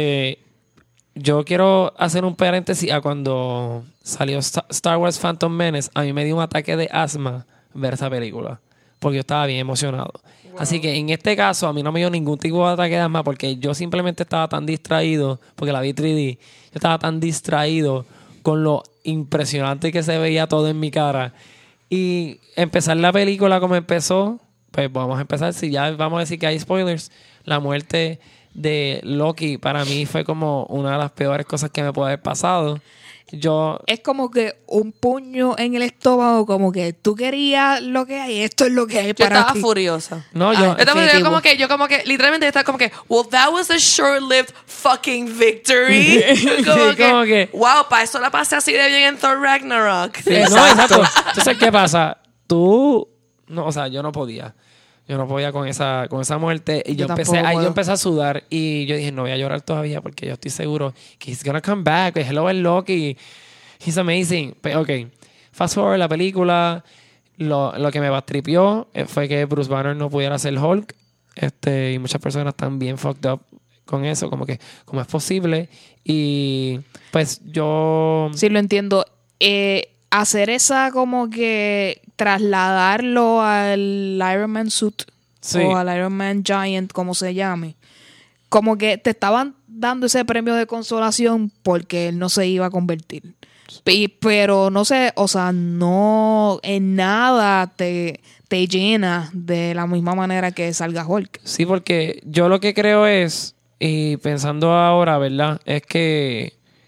Yo quiero hacer un paréntesis a cuando salió Star Wars Phantom Menace. A mí me dio un ataque de asma ver esa película porque yo estaba bien emocionado. Wow. Así que en este caso a mí no me dio ningún tipo de ataque de asma porque yo simplemente estaba tan distraído, porque la vi 3D, yo estaba tan distraído con lo impresionante que se veía todo en mi cara. Y empezar la película como empezó, pues vamos a empezar. Si ya vamos a decir que hay spoilers, la muerte de Loki para mí fue como una de las peores cosas que me puede haber pasado. Es como que un puño en el estómago, como que tú querías lo que hay, esto es lo que hay para ti. Yo estaba furiosa. No, yo como que literalmente estaba como que, well, that was a short-lived fucking victory. como que, wow, para eso la pasé así de bien en Thor Ragnarok. Sí, no, exacto. Entonces, ¿qué pasa? Yo no podía. Yo no podía con esa muerte. Y yo empecé a sudar. Y yo dije, no voy a llorar todavía porque yo estoy seguro que he's gonna come back. Hello, el Loki. He's amazing. Pero, ok. Fast forward la película. Lo que me bastripió fue que Bruce Banner no pudiera ser Hulk. Y muchas personas están bien fucked up con eso. Como que, ¿cómo es posible? Y pues yo... Sí, lo entiendo. Hacer esa como que trasladarlo al Iron Man suit, sí, o al Iron Man Giant, como se llame, como que te estaban dando ese premio de consolación porque él no se iba a convertir. Pero no sé, o sea, no en nada te llena de la misma manera que salga Hulk. Sí, porque yo lo que creo es, y pensando ahora, ¿verdad? Es que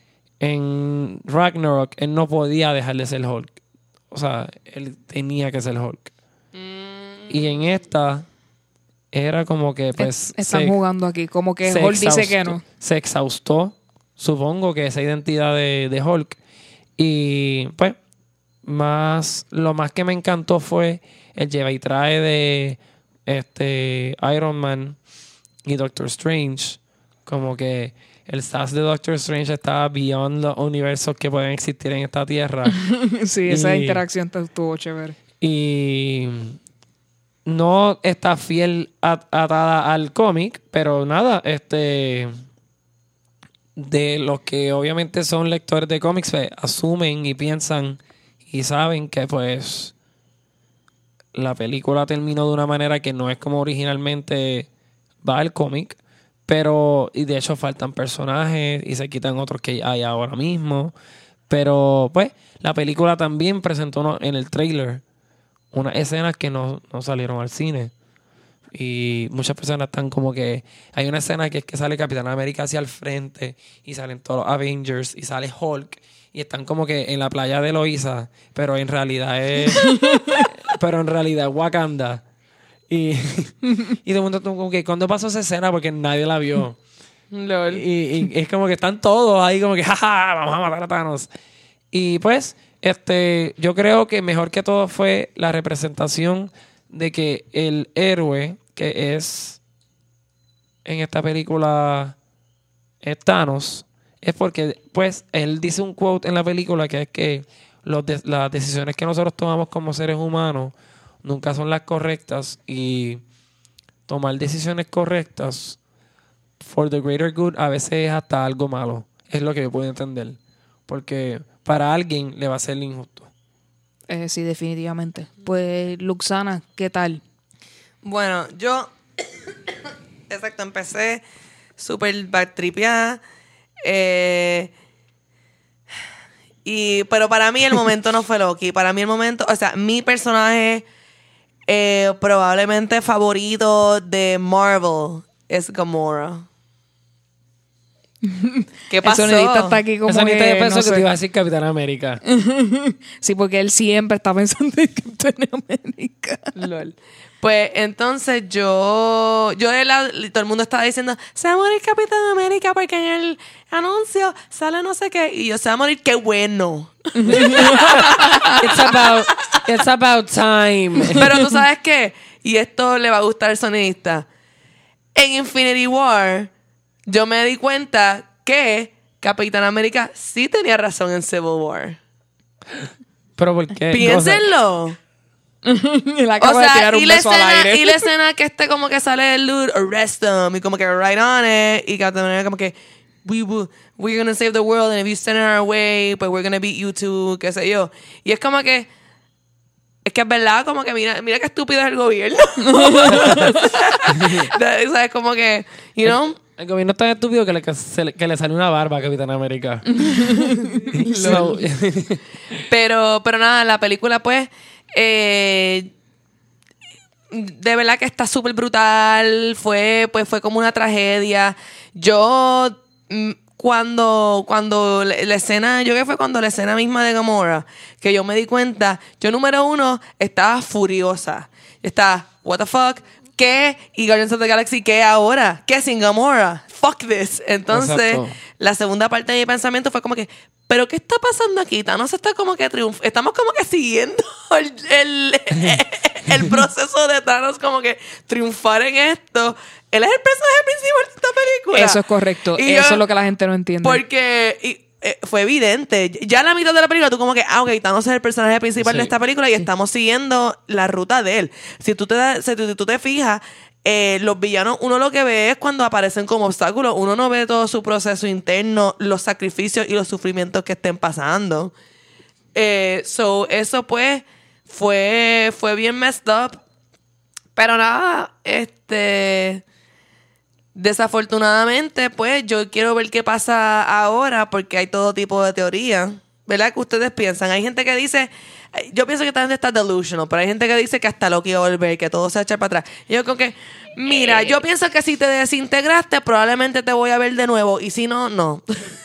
en Ragnarok él no podía dejar de ser Hulk. O sea, él tenía que ser Hulk. Y en esta era como que pues están jugando aquí, como que Hulk dice que no. Se exhaustó, supongo que esa identidad de Hulk. Y pues lo más que me encantó fue el lleva y trae de Iron Man y Doctor Strange. Como que el staff de Doctor Strange está beyond los universos que pueden existir en esta tierra. Sí, esa interacción estuvo chévere. Y no está fiel atada al cómic, pero nada, de los que obviamente son lectores de cómics, pues, asumen y piensan y saben que pues la película terminó de una manera que no es como originalmente va el cómic, pero y de hecho faltan personajes y se quitan otros que hay ahora mismo, pero pues la película también presentó en el trailer unas escenas que no salieron al cine. Y muchas personas están como que... Hay una escena que es que sale Capitán América hacia el frente y salen todos los Avengers y sale Hulk y están como que en la playa de Loíza, pero en realidad es... pero en realidad es Wakanda. Y de momento como que ¿cuándo pasó esa escena? Porque nadie la vio. Lol. Y es como que están todos ahí como que jaja, vamos a matar a Thanos. Y pues, yo creo que mejor que todo fue la representación de que el héroe que es en esta película Thanos es porque pues él dice un quote en la película que es que las decisiones que nosotros tomamos como seres humanos nunca son las correctas y tomar decisiones correctas for the greater good a veces es hasta algo malo. Es lo que yo puedo entender. Porque para alguien le va a ser injusto. Sí, definitivamente. Pues, Luxana, ¿qué tal? Bueno, yo... Exacto, empecé súper backtripeada. Pero para mí el momento no fue Loki. Para mí el momento... O sea, mi personaje probablemente favorito de Marvel es Gamora. ¿Qué pasó? El sonidista está aquí como el sonidista que, yo pensó no que sé. te iba a decir Capitán América. Sí, porque él siempre está pensando en Capitán América. Lol. Pues entonces todo el mundo estaba diciendo, se va a morir Capitán América porque en el anuncio sale no sé qué. Y yo, se va a morir, qué bueno. It's about time. Pero tú sabes qué, y esto le va a gustar al sonidista. En Infinity War, yo me di cuenta que Capitán América sí tenía razón en Civil War. ¿Pero por qué? Piénsenlo. Él acaba de tirar un beso al aire. Y la escena que como que sale el dude, arrest him, y como que right on it, y Captain America como que we're gonna save the world, and if you stand in our way, pues we're gonna beat you too, qué sé yo. Y es como que es verdad, como que mira qué estúpido es el gobierno. ¿Sabes? Como que, you know. El gobierno es tan estúpido que le sale una barba a Capitán América. So, pero nada, la película pues de verdad que está súper brutal. Fue como una tragedia. Yo cuando la escena, yo creo que fue cuando la escena misma de Gamora, que yo me di cuenta, yo número uno estaba furiosa. Estaba, what the fuck, ¿qué? Y Guardians of the Galaxy, ¿qué ahora? ¿Qué sin Gamora? Fuck this. Entonces, exacto. La segunda parte de mi pensamiento fue como que, ¿pero qué está pasando aquí? Thanos está como que estamos como que siguiendo el proceso de Thanos como que triunfar en esto. Él es el personaje principal de esta película. Eso es correcto. Y Eso es lo que la gente no entiende. Porque fue evidente. Ya en la mitad de la película tú como que, ok, Thanos es el personaje principal Sí. de esta película y estamos siguiendo la ruta de él. Si tú te fijas, los villanos, uno lo que ve es cuando aparecen como obstáculos. Uno no ve todo su proceso interno, los sacrificios y los sufrimientos que estén pasando. Eso pues fue bien messed up. Pero nada, desafortunadamente, pues yo quiero ver qué pasa ahora porque hay todo tipo de teorías. ¿Verdad? ¿Qué ustedes piensan? Hay gente que dice, yo pienso que esta gente está delusional, pero hay gente que dice que hasta Loki va a volver, que todo se va a echar para atrás. Y yo creo que, mira, yo pienso que si te desintegraste, probablemente te voy a ver de nuevo. Y si no, no.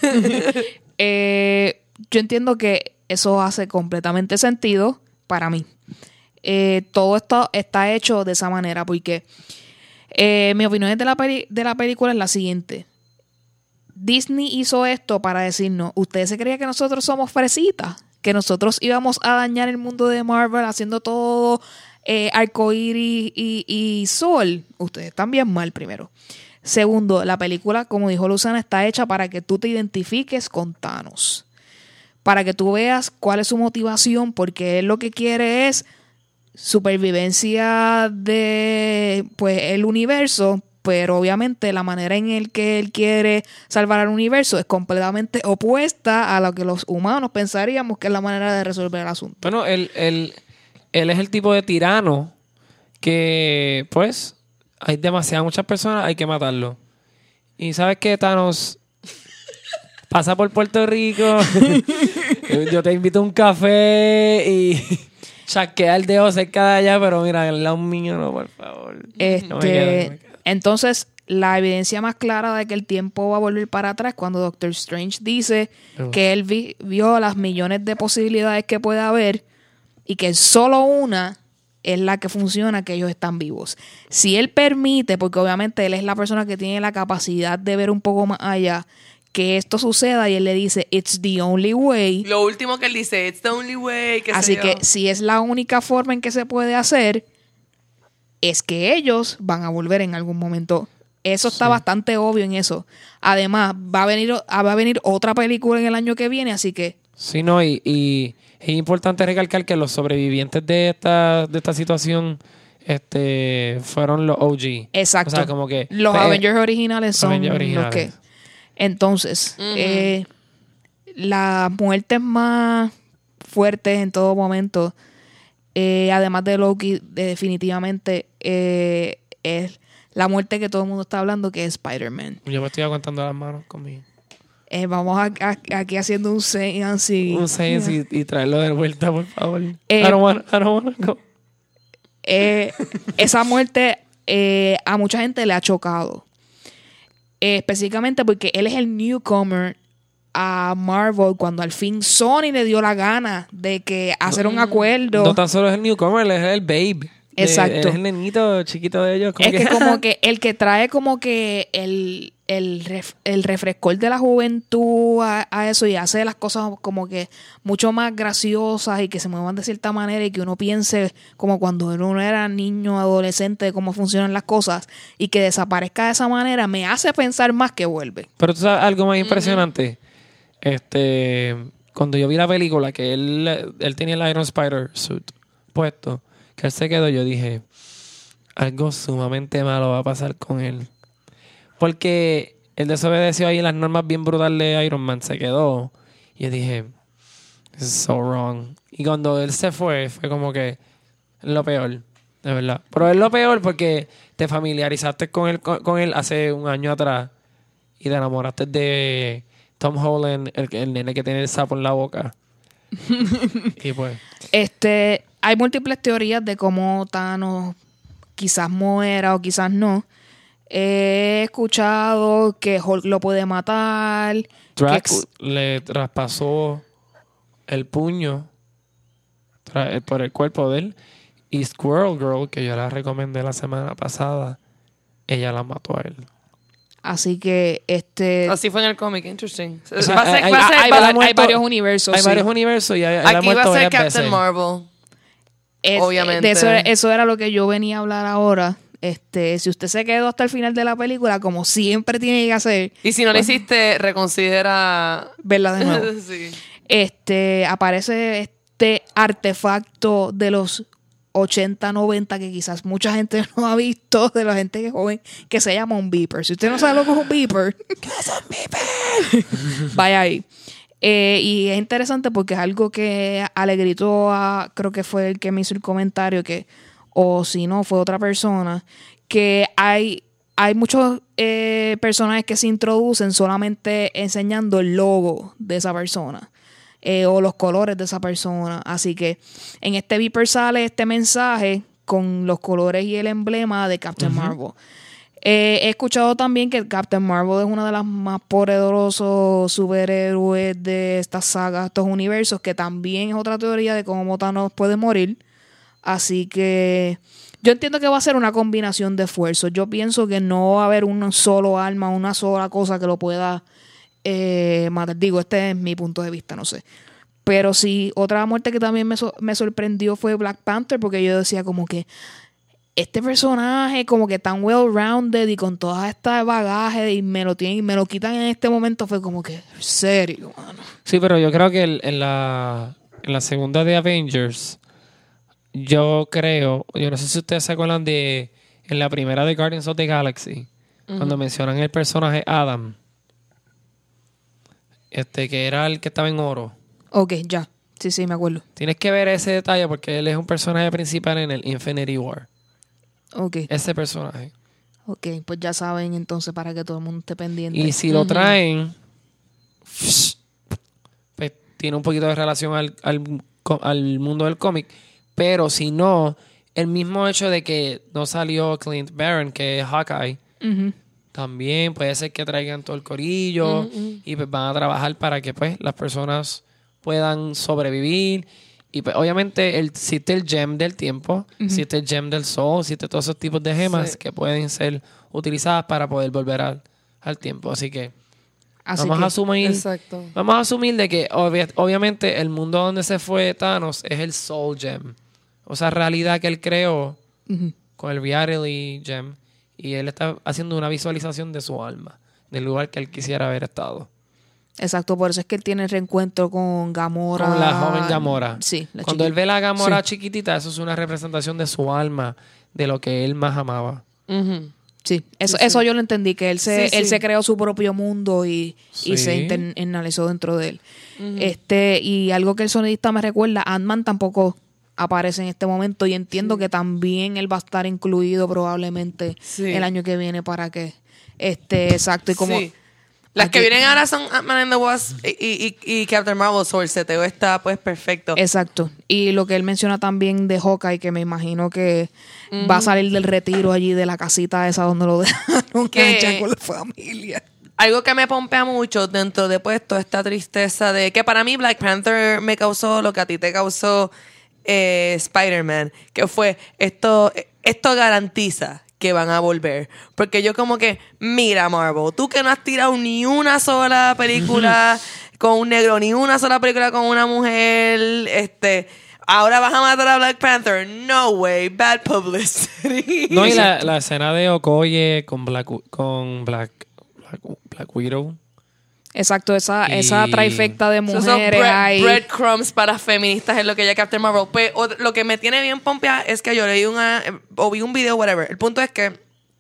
Yo entiendo que eso hace completamente sentido para mí. Todo esto está hecho de esa manera porque mi opinión de la película es la siguiente. Disney hizo esto para decirnos, ¿ustedes se creían que nosotros somos fresitas? Que nosotros íbamos a dañar el mundo de Marvel haciendo todo arcoíris y sol. Ustedes están bien mal primero. Segundo, la película, como dijo Luzana, está hecha para que tú te identifiques con Thanos. Para que tú veas cuál es su motivación, porque él lo que quiere es supervivencia de pues el universo, pero obviamente la manera en el que él quiere salvar al universo es completamente opuesta a lo que los humanos pensaríamos que es la manera de resolver el asunto. Bueno, él es el tipo de tirano que, pues, hay muchas personas, hay que matarlo. Y ¿sabes qué, Thanos? Pasa por Puerto Rico, yo te invito a un café y chasquea el dedo cerca de allá, pero mira, al lado mío no, por favor. No me quedo. Entonces, la evidencia más clara de que el tiempo va a volver para atrás cuando Doctor Strange dice que él vio las millones de posibilidades que puede haber y que solo una es la que funciona, que ellos están vivos. Si él permite, porque obviamente él es la persona que tiene la capacidad de ver un poco más allá, que esto suceda, y él le dice, it's the only way. Lo último que él dice, it's the only way. Así que si es la única forma en que se puede hacer, es que ellos van a volver en algún momento. Eso está bastante obvio en eso. Además, va a venir otra película en el año que viene, así que... Sí, no, y es importante recalcar que los sobrevivientes de esta situación fueron los OG. Exacto. O sea, como que... los Avengers originales son los que... Entonces, las muertes más fuertes en todo momento, además de Loki, definitivamente es la muerte que todo el mundo está hablando, que es Spider-Man. Yo me estoy aguantando las manos conmigo. Vamos aquí haciendo un seance y traerlo de vuelta, por favor. I don't wanna go. Esa muerte a mucha gente le ha chocado. Específicamente porque él es el newcomer a Marvel cuando al fin Sony le dio la gana de que hacer un acuerdo. No tan solo es el newcomer, él es el babe. Exacto. Es el nenito chiquito de ellos. Es que como que el que trae como que el refrescor de la juventud a eso y hace las cosas como que mucho más graciosas y que se muevan de cierta manera y que uno piense como cuando uno era niño, adolescente, de cómo funcionan las cosas y que desaparezca de esa manera, me hace pensar más que vuelve. Pero tú sabes algo más impresionante. Cuando yo vi la película que él tenía el Iron Spider suit puesto, que él se quedó, yo dije, algo sumamente malo va a pasar con él. Porque él desobedeció ahí las normas bien brutales de Iron Man, se quedó. Y yo dije, this is so wrong. Y cuando él se fue como que es lo peor, de verdad. Pero es lo peor porque te familiarizaste con él hace un año atrás y te enamoraste de Tom Holland, el nene que tiene el sapo en la boca. Y pues... hay múltiples teorías de cómo Thanos quizás muera o quizás no. He escuchado que Hulk lo puede matar. Drax le traspasó el puño por el cuerpo de él. Y Squirrel Girl, que yo la recomendé la semana pasada, ella la mató a él. Así que así fue en el cómic, interesting. O sea, hay varios universos. Hay varios universos y aquí va a ser Captain Marvel. Obviamente. Eso era lo que yo venía a hablar ahora. Si usted se quedó hasta el final de la película, como siempre tiene que hacer. Y si no lo hiciste, reconsidera verla de nuevo. Sí. Aparece este artefacto de los 80, 90 que quizás mucha gente no ha visto, de la gente que es joven, que se llama un beeper. Si usted no sabe lo que es un beeper, ¿qué es un beeper? Vaya ahí. Y es interesante porque es algo que Alegrito creo que fue el que me hizo el comentario, que o si no fue otra persona, que hay muchos personajes que se introducen solamente enseñando el logo de esa persona o los colores de esa persona. Así que en este Viper sale este mensaje con los colores y el emblema de Captain Marvel. He escuchado también que Captain Marvel es una de las más poderosos superhéroes de estas sagas, estos universos, que también es otra teoría de cómo Thanos puede morir. Así que yo entiendo que va a ser una combinación de esfuerzos. Yo pienso que no va a haber un solo arma, una sola cosa que lo pueda matar. Digo, este es mi punto de vista, no sé. Pero sí, otra muerte que también me sorprendió fue Black Panther, porque yo decía como que este personaje como que tan well-rounded y con toda esta bagaje y me lo quitan en este momento, fue como que, serio, mano. Sí, pero yo creo que en la segunda de Avengers, yo no sé si ustedes se acuerdan de en la primera de Guardians of the Galaxy, cuando mencionan el personaje Adam, que era el que estaba en oro. Ok, ya. Sí, me acuerdo. Tienes que ver ese detalle porque él es un personaje principal en el Infinity War. Ok. Ese personaje. Ok, pues ya saben entonces para que todo el mundo esté pendiente. Y si lo traen, pues tiene un poquito de relación al mundo del cómic. Pero si no, el mismo hecho de que no salió Clint Barron, que es Hawkeye, también puede ser que traigan todo el corillo y pues van a trabajar para que pues las personas puedan sobrevivir. Y pues obviamente existe el gem del tiempo, existe el gem del sol, existe todos esos tipos de gemas que pueden ser utilizadas para poder volver al tiempo. Así que vamos a asumir de que obviamente el mundo donde se fue Thanos es el Soul Gem. O sea, realidad que él creó con el Reality Gem. Y él está haciendo una visualización de su alma, del lugar que él quisiera haber estado. Exacto, por eso es que él tiene el reencuentro con Gamora. Con la joven Gamora. Sí, Cuando él ve la Gamora chiquitita, eso es una representación de su alma, de lo que él más amaba. Sí, eso yo lo entendí, que él se creó su propio mundo y se internalizó dentro de él. Y algo que el sonidista me recuerda, Ant-Man tampoco aparece en este momento y entiendo que también él va a estar incluido probablemente el año que viene para que exacto. Y como las que vienen ahora son Ant-Man and the Wasp y Captain Marvel, so el seteo está pues perfecto. Exacto. Y lo que él menciona también de Hawkeye, que me imagino que va a salir del retiro allí de la casita esa donde lo dejaron con la familia. Algo que me pompea mucho dentro de pues toda esta tristeza de que para mí Black Panther me causó lo que a ti te causó Spider-Man, que fue esto garantiza que van a volver. Porque yo como que, mira Marvel, tú que no has tirado ni una sola película con un negro, ni una sola película con una mujer, ahora vas a matar a Black Panther. No way, bad publicity. No, y la escena de Okoye con Black Widow. Exacto, esa trifecta de mujeres breadcrumbs para feministas es lo que ella Captain Marvel. Pues, lo que me tiene bien pompeada es que yo leí vi un video, whatever. El punto es que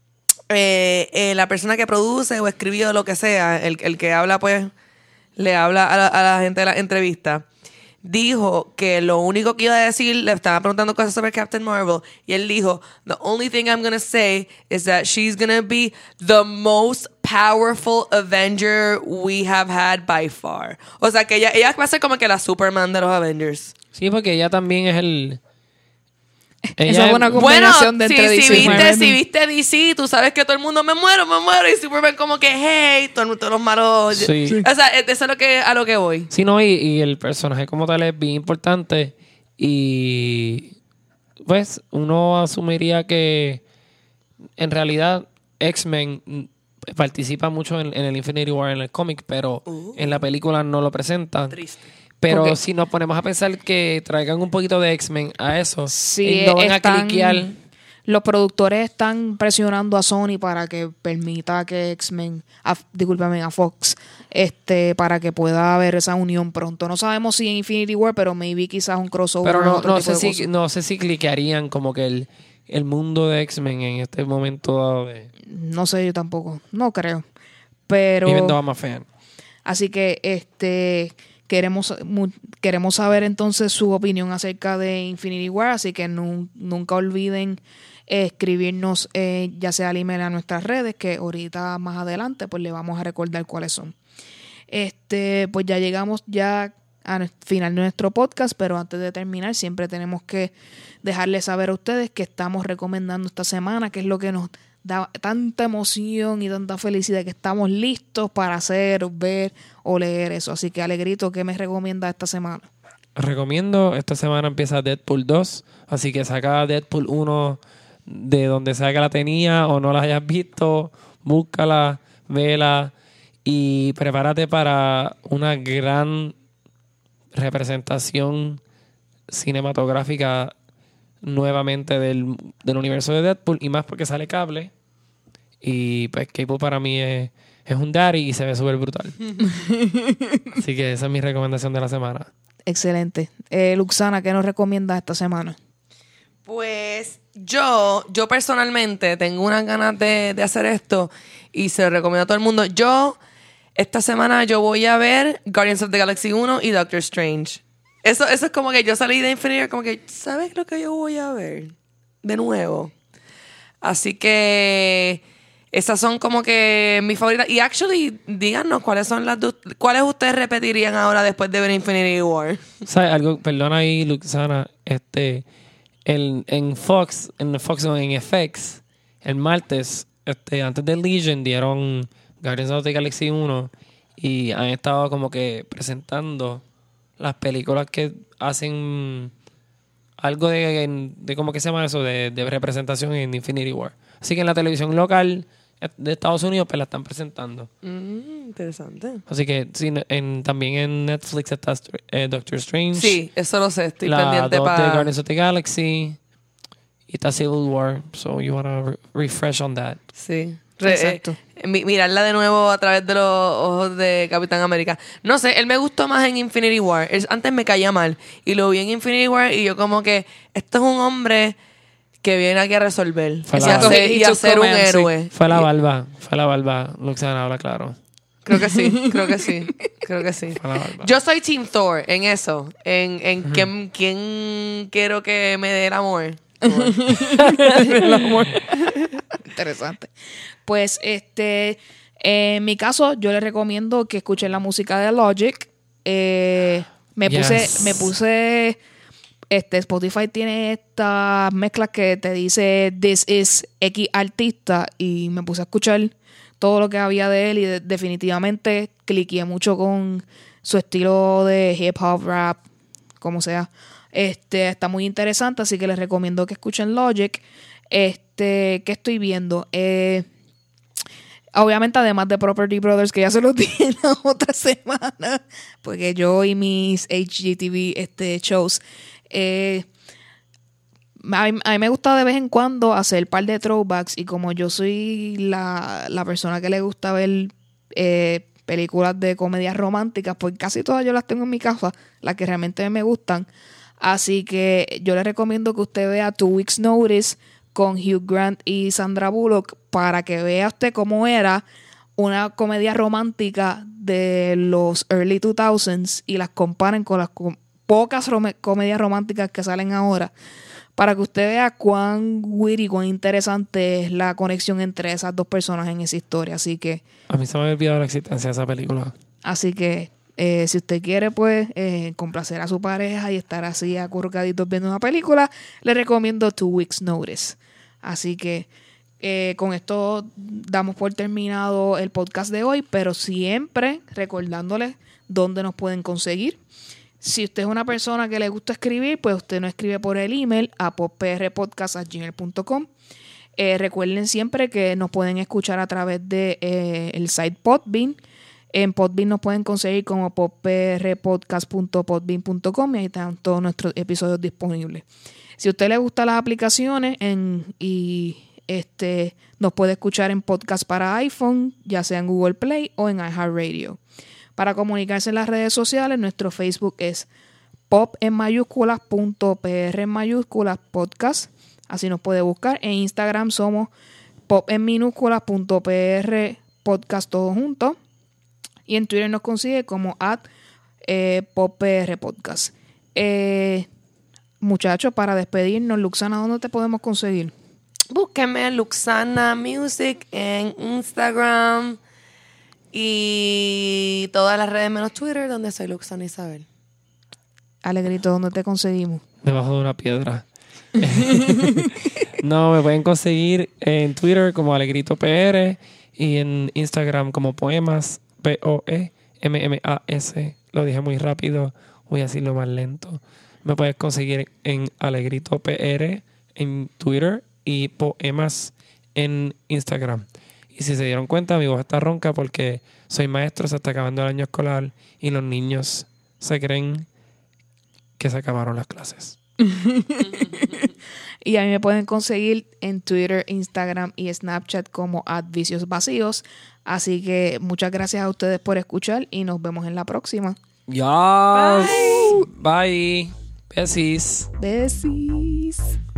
la persona que produce o escribió lo que sea, el que habla, pues, le habla a la gente de la entrevista, dijo que lo único que iba a decir, le estaba preguntando cosas sobre Captain Marvel, y él dijo, the only thing I'm gonna say is that she's gonna be the most powerful Avenger we have had by far. O sea, que ella va a ser como que la Superman de los Avengers. Sí, porque ella también es esa es una combinación de entre DC y Marvel. Si viste DC, tú sabes que todo el mundo me muero, y Superman como que, hey, todos los malos. Sí. O sea, eso es a lo que voy. Sí, no, y el personaje como tal es bien importante y pues uno asumiría que en realidad X-Men participa mucho en el Infinity War en el cómic, pero en la película no lo presentan. Triste. Pero si nos ponemos a pensar que traigan un poquito de X-Men a eso, sí, y no van a cliquear. Los productores están presionando a Sony para que permita que a Fox, para que pueda haber esa unión pronto. No sabemos si en Infinity War, pero maybe quizás un crossover. Pero no sé si cliquearían como que el mundo de X-Men en este momento dado de... No sé, yo tampoco. No creo. Pero... Viviendo a más fan. Así que queremos saber entonces su opinión acerca de Infinity War, así que nunca olviden escribirnos ya sea al email a nuestras redes, que ahorita más adelante pues le vamos a recordar cuáles son. Pues ya llegamos al final de nuestro podcast, pero antes de terminar siempre tenemos que dejarles saber a ustedes que estamos recomendando esta semana, que es lo que nos da tanta emoción y tanta felicidad, que estamos listos para hacer, ver o leer eso. Así que, Alegrito, ¿qué me recomienda esta semana? Recomiendo, esta semana empieza Deadpool 2, así que saca Deadpool 1 de donde sea que la tenía o no la hayas visto, búscala, vela y prepárate para una gran representación cinematográfica nuevamente del universo de Deadpool, y más porque sale Cable. Y pues Cable para mí es un daddy y se ve súper brutal. Así que esa es mi recomendación de la semana. Excelente. Luxana, ¿qué nos recomiendas esta semana? Pues yo personalmente tengo unas ganas de hacer esto y se lo recomiendo a todo el mundo. Esta semana yo voy a ver Guardians of the Galaxy 1 y Doctor Strange. Eso es como que yo salí de Infinity War como que, ¿sabes lo que yo voy a ver? De nuevo. Así que esas son como que mis favoritas. Y actually, díganos cuáles son cuáles ustedes repetirían ahora después de ver Infinity War. ¿Sabes algo? Perdona ahí, Luxana. En Fox, en FX, el martes, antes de Legion, dieron Guardians of the Galaxy 1 y han estado como que presentando las películas que hacen algo de ¿cómo que se llama eso? De representación en Infinity War. Así que en la televisión local de Estados Unidos pues la están presentando. Interesante. Así que sí, también en Netflix está Doctor Strange. Sí, eso lo sé. Estoy la pendiente de para... Guardians of the Galaxy. Y está Civil War. So you wanna refresh on that. Sí. Exacto. Mirarla de nuevo a través de los ojos de Capitán América. No sé, él me gustó más en Infinity War. Antes me caía mal. Y lo vi en Infinity War y yo como que... Esto es un hombre que viene aquí a resolver. Y a ser un héroe. Fue la barba. Luxana, habla claro. Creo que sí. Fue la barba. Yo soy Team Thor en eso. En quién quiero que me dé el amor. El amor. Interesante. Pues en mi caso, yo les recomiendo que escuchen la música de Logic. Me puse Spotify tiene estas mezclas que te dice This is X artista y me puse a escuchar todo lo que había de él y definitivamente cliqué mucho con su estilo de hip hop, rap, como sea. Está muy interesante, así que les recomiendo que escuchen Logic. ¿Qué estoy viendo? Obviamente, además de Property Brothers, que ya se los dije la otra semana, porque yo y mis HGTV shows, a mí me gusta de vez en cuando hacer un par de throwbacks, y como yo soy la persona que le gusta ver películas de comedias románticas, pues casi todas yo las tengo en mi casa, las que realmente me gustan. Así que yo le recomiendo que usted vea 2 Weeks Notice con Hugh Grant y Sandra Bullock para que vea usted cómo era una comedia romántica de los early 2000s y las comparen con las pocas comedias románticas que salen ahora, para que usted vea cuán witty, cuán interesante es la conexión entre esas dos personas en esa historia. Así que a mí se me había olvidado la existencia de esa película. Así que si usted quiere pues complacer a su pareja y estar así acurrucaditos viendo una película, le recomiendo 2 Weeks Notice. Así que con esto damos por terminado el podcast de hoy, pero siempre recordándoles dónde nos pueden conseguir. Si usted es una persona que le gusta escribir, pues usted nos escribe por el email a popprpodcast@gmail.com. Recuerden siempre que nos pueden escuchar a través de el site Podbean. En Podbean nos pueden conseguir como popprpodcast.podbean.com y ahí están todos nuestros episodios disponibles. Si a usted le gustan las aplicaciones nos puede escuchar en podcast para iPhone, ya sea en Google Play o en iHeartRadio. Para comunicarse en las redes sociales, nuestro Facebook es pop en mayúsculas, .pr en mayúsculas, podcast. Así nos puede buscar. En Instagram somos pop en minúsculas, .pr, podcast todo junto. Y en Twitter nos consigue como @popprpodcast. Muchachos, para despedirnos, Luxana, ¿dónde te podemos conseguir? Búsquenme Luxana Music en Instagram y todas las redes menos Twitter, donde soy Luxana Isabel. Alegrito, ¿dónde te conseguimos? Debajo de una piedra. No, me pueden conseguir en Twitter como Alegrito PR y en Instagram como Poemas, POEMMAS. Lo dije muy rápido, voy a decirlo más lento. Me puedes conseguir en Alegrito PR en Twitter y Poemas en Instagram. Y si se dieron cuenta, mi voz está ronca porque soy maestro, se está acabando el año escolar y los niños se creen que se acabaron las clases. Y a mí me pueden conseguir en Twitter, Instagram y Snapchat como @viciosvacíos. Así que muchas gracias a ustedes por escuchar y nos vemos en la próxima. Yes. Bye. Besis. Besis.